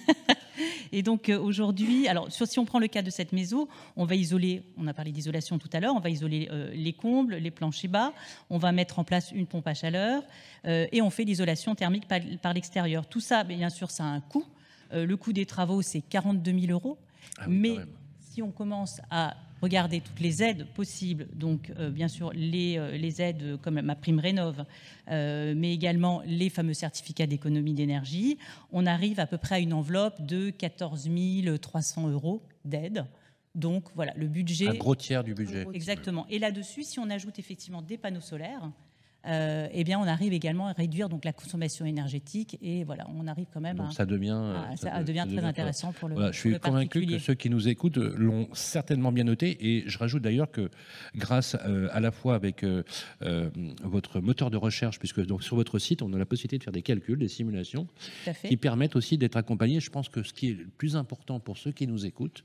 Et donc euh, aujourd'hui, alors sur- si on prend le cas de cette maison, on va isoler, on a parlé d'isolation tout à l'heure, on va isoler euh, les combles, les planchers bas, on va mettre en place une pompe à chaleur euh, et on fait l'isolation thermique par, par l'extérieur. Tout ça, bien sûr, ça a un coût. Euh, le coût des travaux, c'est quarante-deux mille euros. Ah oui, mais quand même. si on commence à regarder toutes les aides possibles, donc euh, bien sûr les, euh, les aides comme ma prime rénov, euh, mais également les fameux certificats d'économie d'énergie, on arrive à peu près à une enveloppe de quatorze mille trois cents euros d'aide. Donc voilà, le budget... Un gros tiers du budget. Exactement. Et là-dessus, si on ajoute effectivement des panneaux solaires, euh, eh bien, on arrive également à réduire donc la consommation énergétique et voilà, on arrive quand même Donc à, ça devient, euh, à- ça ça de- devient ça très devient- intéressant pour le, Voilà, je pour suis le convaincu particulier. que ceux qui nous écoutent euh, l'ont certainement bien noté. Et je rajoute d'ailleurs que grâce euh, à la fois avec euh, euh, votre moteur de recherche, puisque donc sur votre site, on a la possibilité de faire des calculs, des simulations, Tout à fait. qui permettent aussi d'être accompagnés. Je pense que ce qui est le plus important pour ceux qui nous écoutent,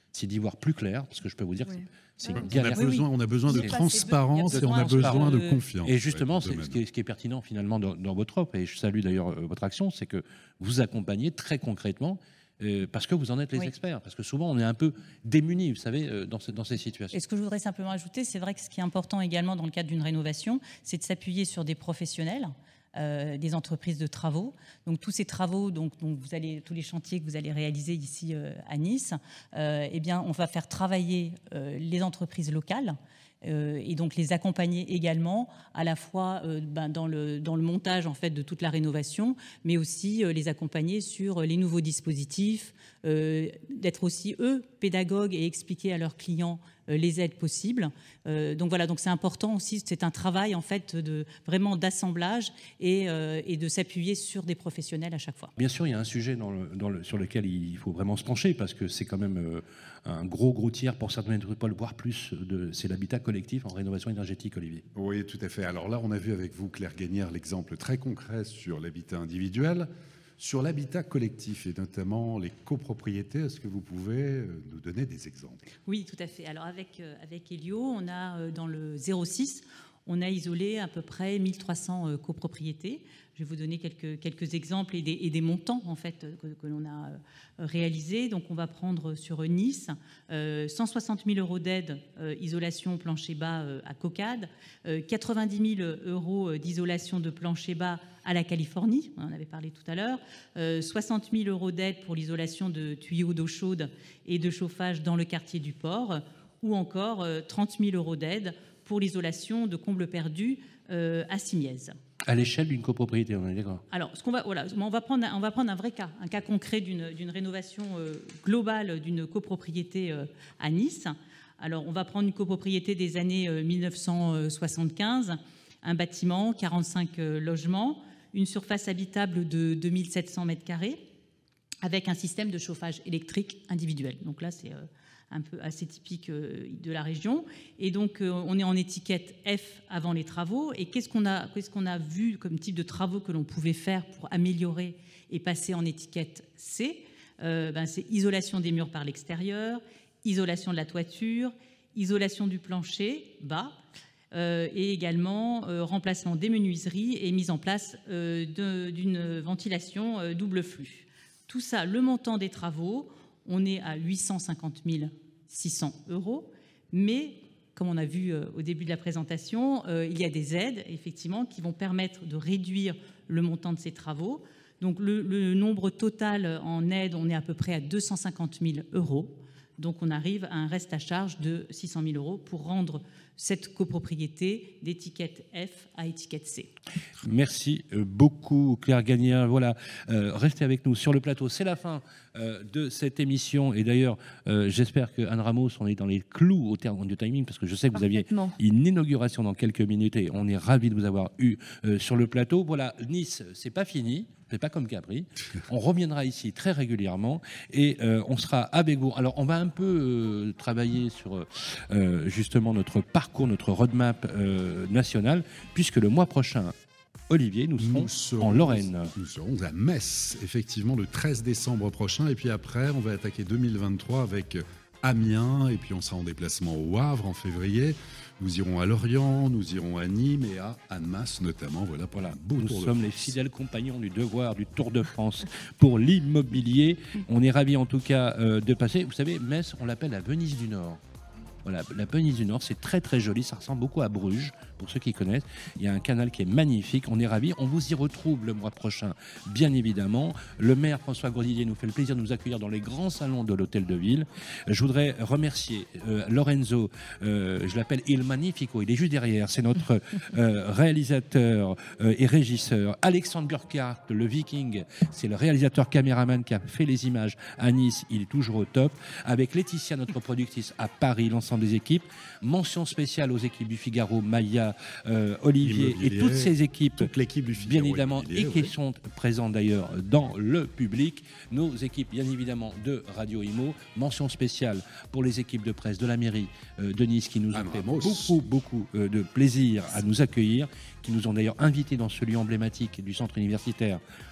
c'est d'y voir plus clair, parce que je peux vous dire que Ouais. c'est Ouais. une On a galère. besoin, on a besoin de Oui, transparence il y a et on a besoin besoin de de- confiance. Et justement, ouais, c'est- dans le ce, qui est, ce qui est pertinent finalement dans, dans votre offre, et je salue d'ailleurs euh, votre action, c'est que vous accompagnez très concrètement, euh, parce que vous en êtes les Oui. experts, parce que souvent on est un peu démunis, vous savez, euh, dans, ce- dans ces situations. Et ce que je voudrais simplement ajouter, c'est vrai que ce qui est important également dans le cadre d'une rénovation, c'est de s'appuyer sur des professionnels, euh, des entreprises de travaux. Donc tous ces travaux, donc, donc vous allez, tous les chantiers que vous allez réaliser ici euh, à Nice, euh, eh bien, on va faire travailler euh, les entreprises locales. Euh, et donc les accompagner également à la fois euh, ben, dans, le, dans le montage en fait de toute la rénovation, mais aussi euh, les accompagner sur les nouveaux dispositifs, euh, d'être aussi eux pédagogues et expliquer à leurs clients euh, les aides possibles. Euh, donc voilà, donc c'est important aussi, c'est un travail en fait de vraiment d'assemblage et, euh, et de s'appuyer sur des professionnels à chaque fois. Bien sûr, il y a un sujet dans le, dans le, sur lequel il faut vraiment se pencher, parce que c'est quand même euh, un gros, gros tiers pour certaines métropoles, voire plus, de, c'est l'habitat collectif en rénovation énergétique, Olivier. Oui, tout à fait. Alors là, on a vu avec vous, Claire Gagnère, l'exemple très concret sur l'habitat individuel. Sur l'habitat collectif et notamment les copropriétés, est-ce que vous pouvez nous donner des exemples? Oui, tout à fait. Alors avec, euh, avec Elio, on a euh, dans le zéro six, on a isolé à peu près mille trois cents euh, copropriétés. Je vais vous donner quelques, quelques exemples et des, et des montants en fait que, que l'on a euh, réalisés. Donc on va prendre sur Nice euh, cent soixante mille euros d'aide euh, isolation plancher bas euh, à Cocade, euh, quatre-vingt-dix mille euros d'isolation de plancher bas à la Californie, on en avait parlé tout à l'heure, euh, soixante mille euros d'aide pour l'isolation de tuyaux d'eau chaude et de chauffage dans le quartier du port, ou encore euh, trente mille euros d'aide pour l'isolation de combles perdus euh, à Simiez. À l'échelle d'une copropriété, on est d'accord. Alors, ce qu'on va, voilà, on va prendre, on va prendre un vrai cas, un cas concret d'une, d'une rénovation euh, globale d'une copropriété euh, à Nice. Alors, on va prendre une copropriété des années euh, mille neuf cent soixante-quinze, un bâtiment, quarante-cinq euh, logements, une surface habitable de deux mille sept cents mètres carrés, avec un système de chauffage électrique individuel. Donc là, c'est euh, un peu assez typique euh, de la région. Et donc, euh, on est en étiquette F avant les travaux. Et qu'est-ce qu'on a, qu'est-ce qu'on a vu comme type de travaux que l'on pouvait faire pour améliorer et passer en étiquette C? euh, ben, C'est isolation des murs par l'extérieur, isolation de la toiture, isolation du plancher bas, euh, et également euh, remplacement des menuiseries et mise en place euh, de, d'une ventilation euh, double flux. Tout ça, le montant des travaux, on est à huit cent cinquante mille six cents euros, mais comme on a vu euh, au début de la présentation, euh, il y a des aides, effectivement, qui vont permettre de réduire le montant de ces travaux. Donc le, le nombre total en aide, on est à peu près à deux cent cinquante mille euros. Donc on arrive à un reste à charge de six cent mille euros pour rendre cette copropriété d'étiquette F à étiquette C. Merci beaucoup, Claire Gagnère. Voilà, euh, restez avec nous sur le plateau. C'est la fin euh, de cette émission. Et d'ailleurs, euh, j'espère que Anne Ramos, on est dans les clous au terme du timing, parce que je sais que vous aviez une inauguration dans quelques minutes et on est ravis de vous avoir eu euh, sur le plateau. Voilà, Nice, c'est pas fini. C'est pas comme Capri. On reviendra ici très régulièrement et euh, on sera avec vous. Alors, on va un peu euh, travailler sur euh, justement notre parcours, notre roadmap euh, national, puisque le mois prochain, Olivier, nous serons, nous serons en Lorraine. Nous serons à Metz, effectivement, le treize décembre prochain. Et puis après, on va attaquer deux mille vingt-trois avec Amiens. Et puis on sera en déplacement au Havre en février. Nous irons à Lorient, nous irons à Nîmes et à Annemasse notamment. Voilà, pour voilà. un beau Nous Tour de sommes France. les fidèles compagnons du devoir du Tour de France pour l'immobilier. On est ravis en tout cas euh, de passer. Vous savez, Metz, on l'appelle la Venise du Nord. Voilà, la Venise du Nord, c'est très très joli, ça ressemble beaucoup à Bruges, pour ceux qui connaissent. Il y a un canal qui est magnifique, on est ravis. On vous y retrouve le mois prochain, bien évidemment. Le maire François Grosdidier nous fait le plaisir de nous accueillir dans les grands salons de l'Hôtel de Ville. Je voudrais remercier euh, Lorenzo, euh, je l'appelle Il Magnifico, il est juste derrière, c'est notre euh, réalisateur euh, et régisseur. Alexandre Burkhardt, le Viking, c'est le réalisateur caméraman qui a fait les images à Nice, il est toujours au top. Avec Laetitia, notre productrice à Paris, l'ensemble des équipes. Mention spéciale aux équipes du Figaro, Maya, euh, Olivier Immobilier, et toutes ces équipes, toute l'équipe du Figaro, bien évidemment, et oui. qui sont présentes d'ailleurs dans le public. Nos équipes, bien évidemment, de Radio Imo. Mention spéciale pour les équipes de presse de la mairie euh, de Nice qui nous ont fait beaucoup, beaucoup euh, de plaisir à nous accueillir, qui nous ont d'ailleurs invités dans ce lieu emblématique du centre universitaire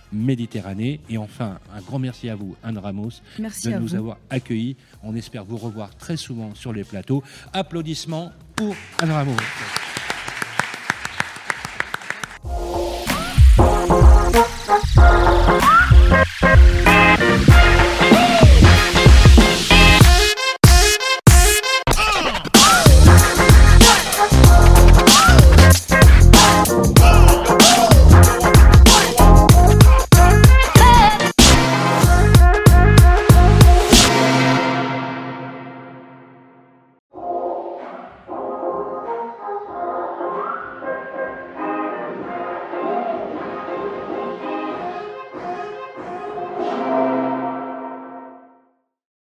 Méditerranée. Et enfin, un grand merci à vous, Anne Ramos, merci de à nous vous. avoir accueillis. On espère vous revoir très souvent sur les plateaux. Applaudissements pour Anne Ramos.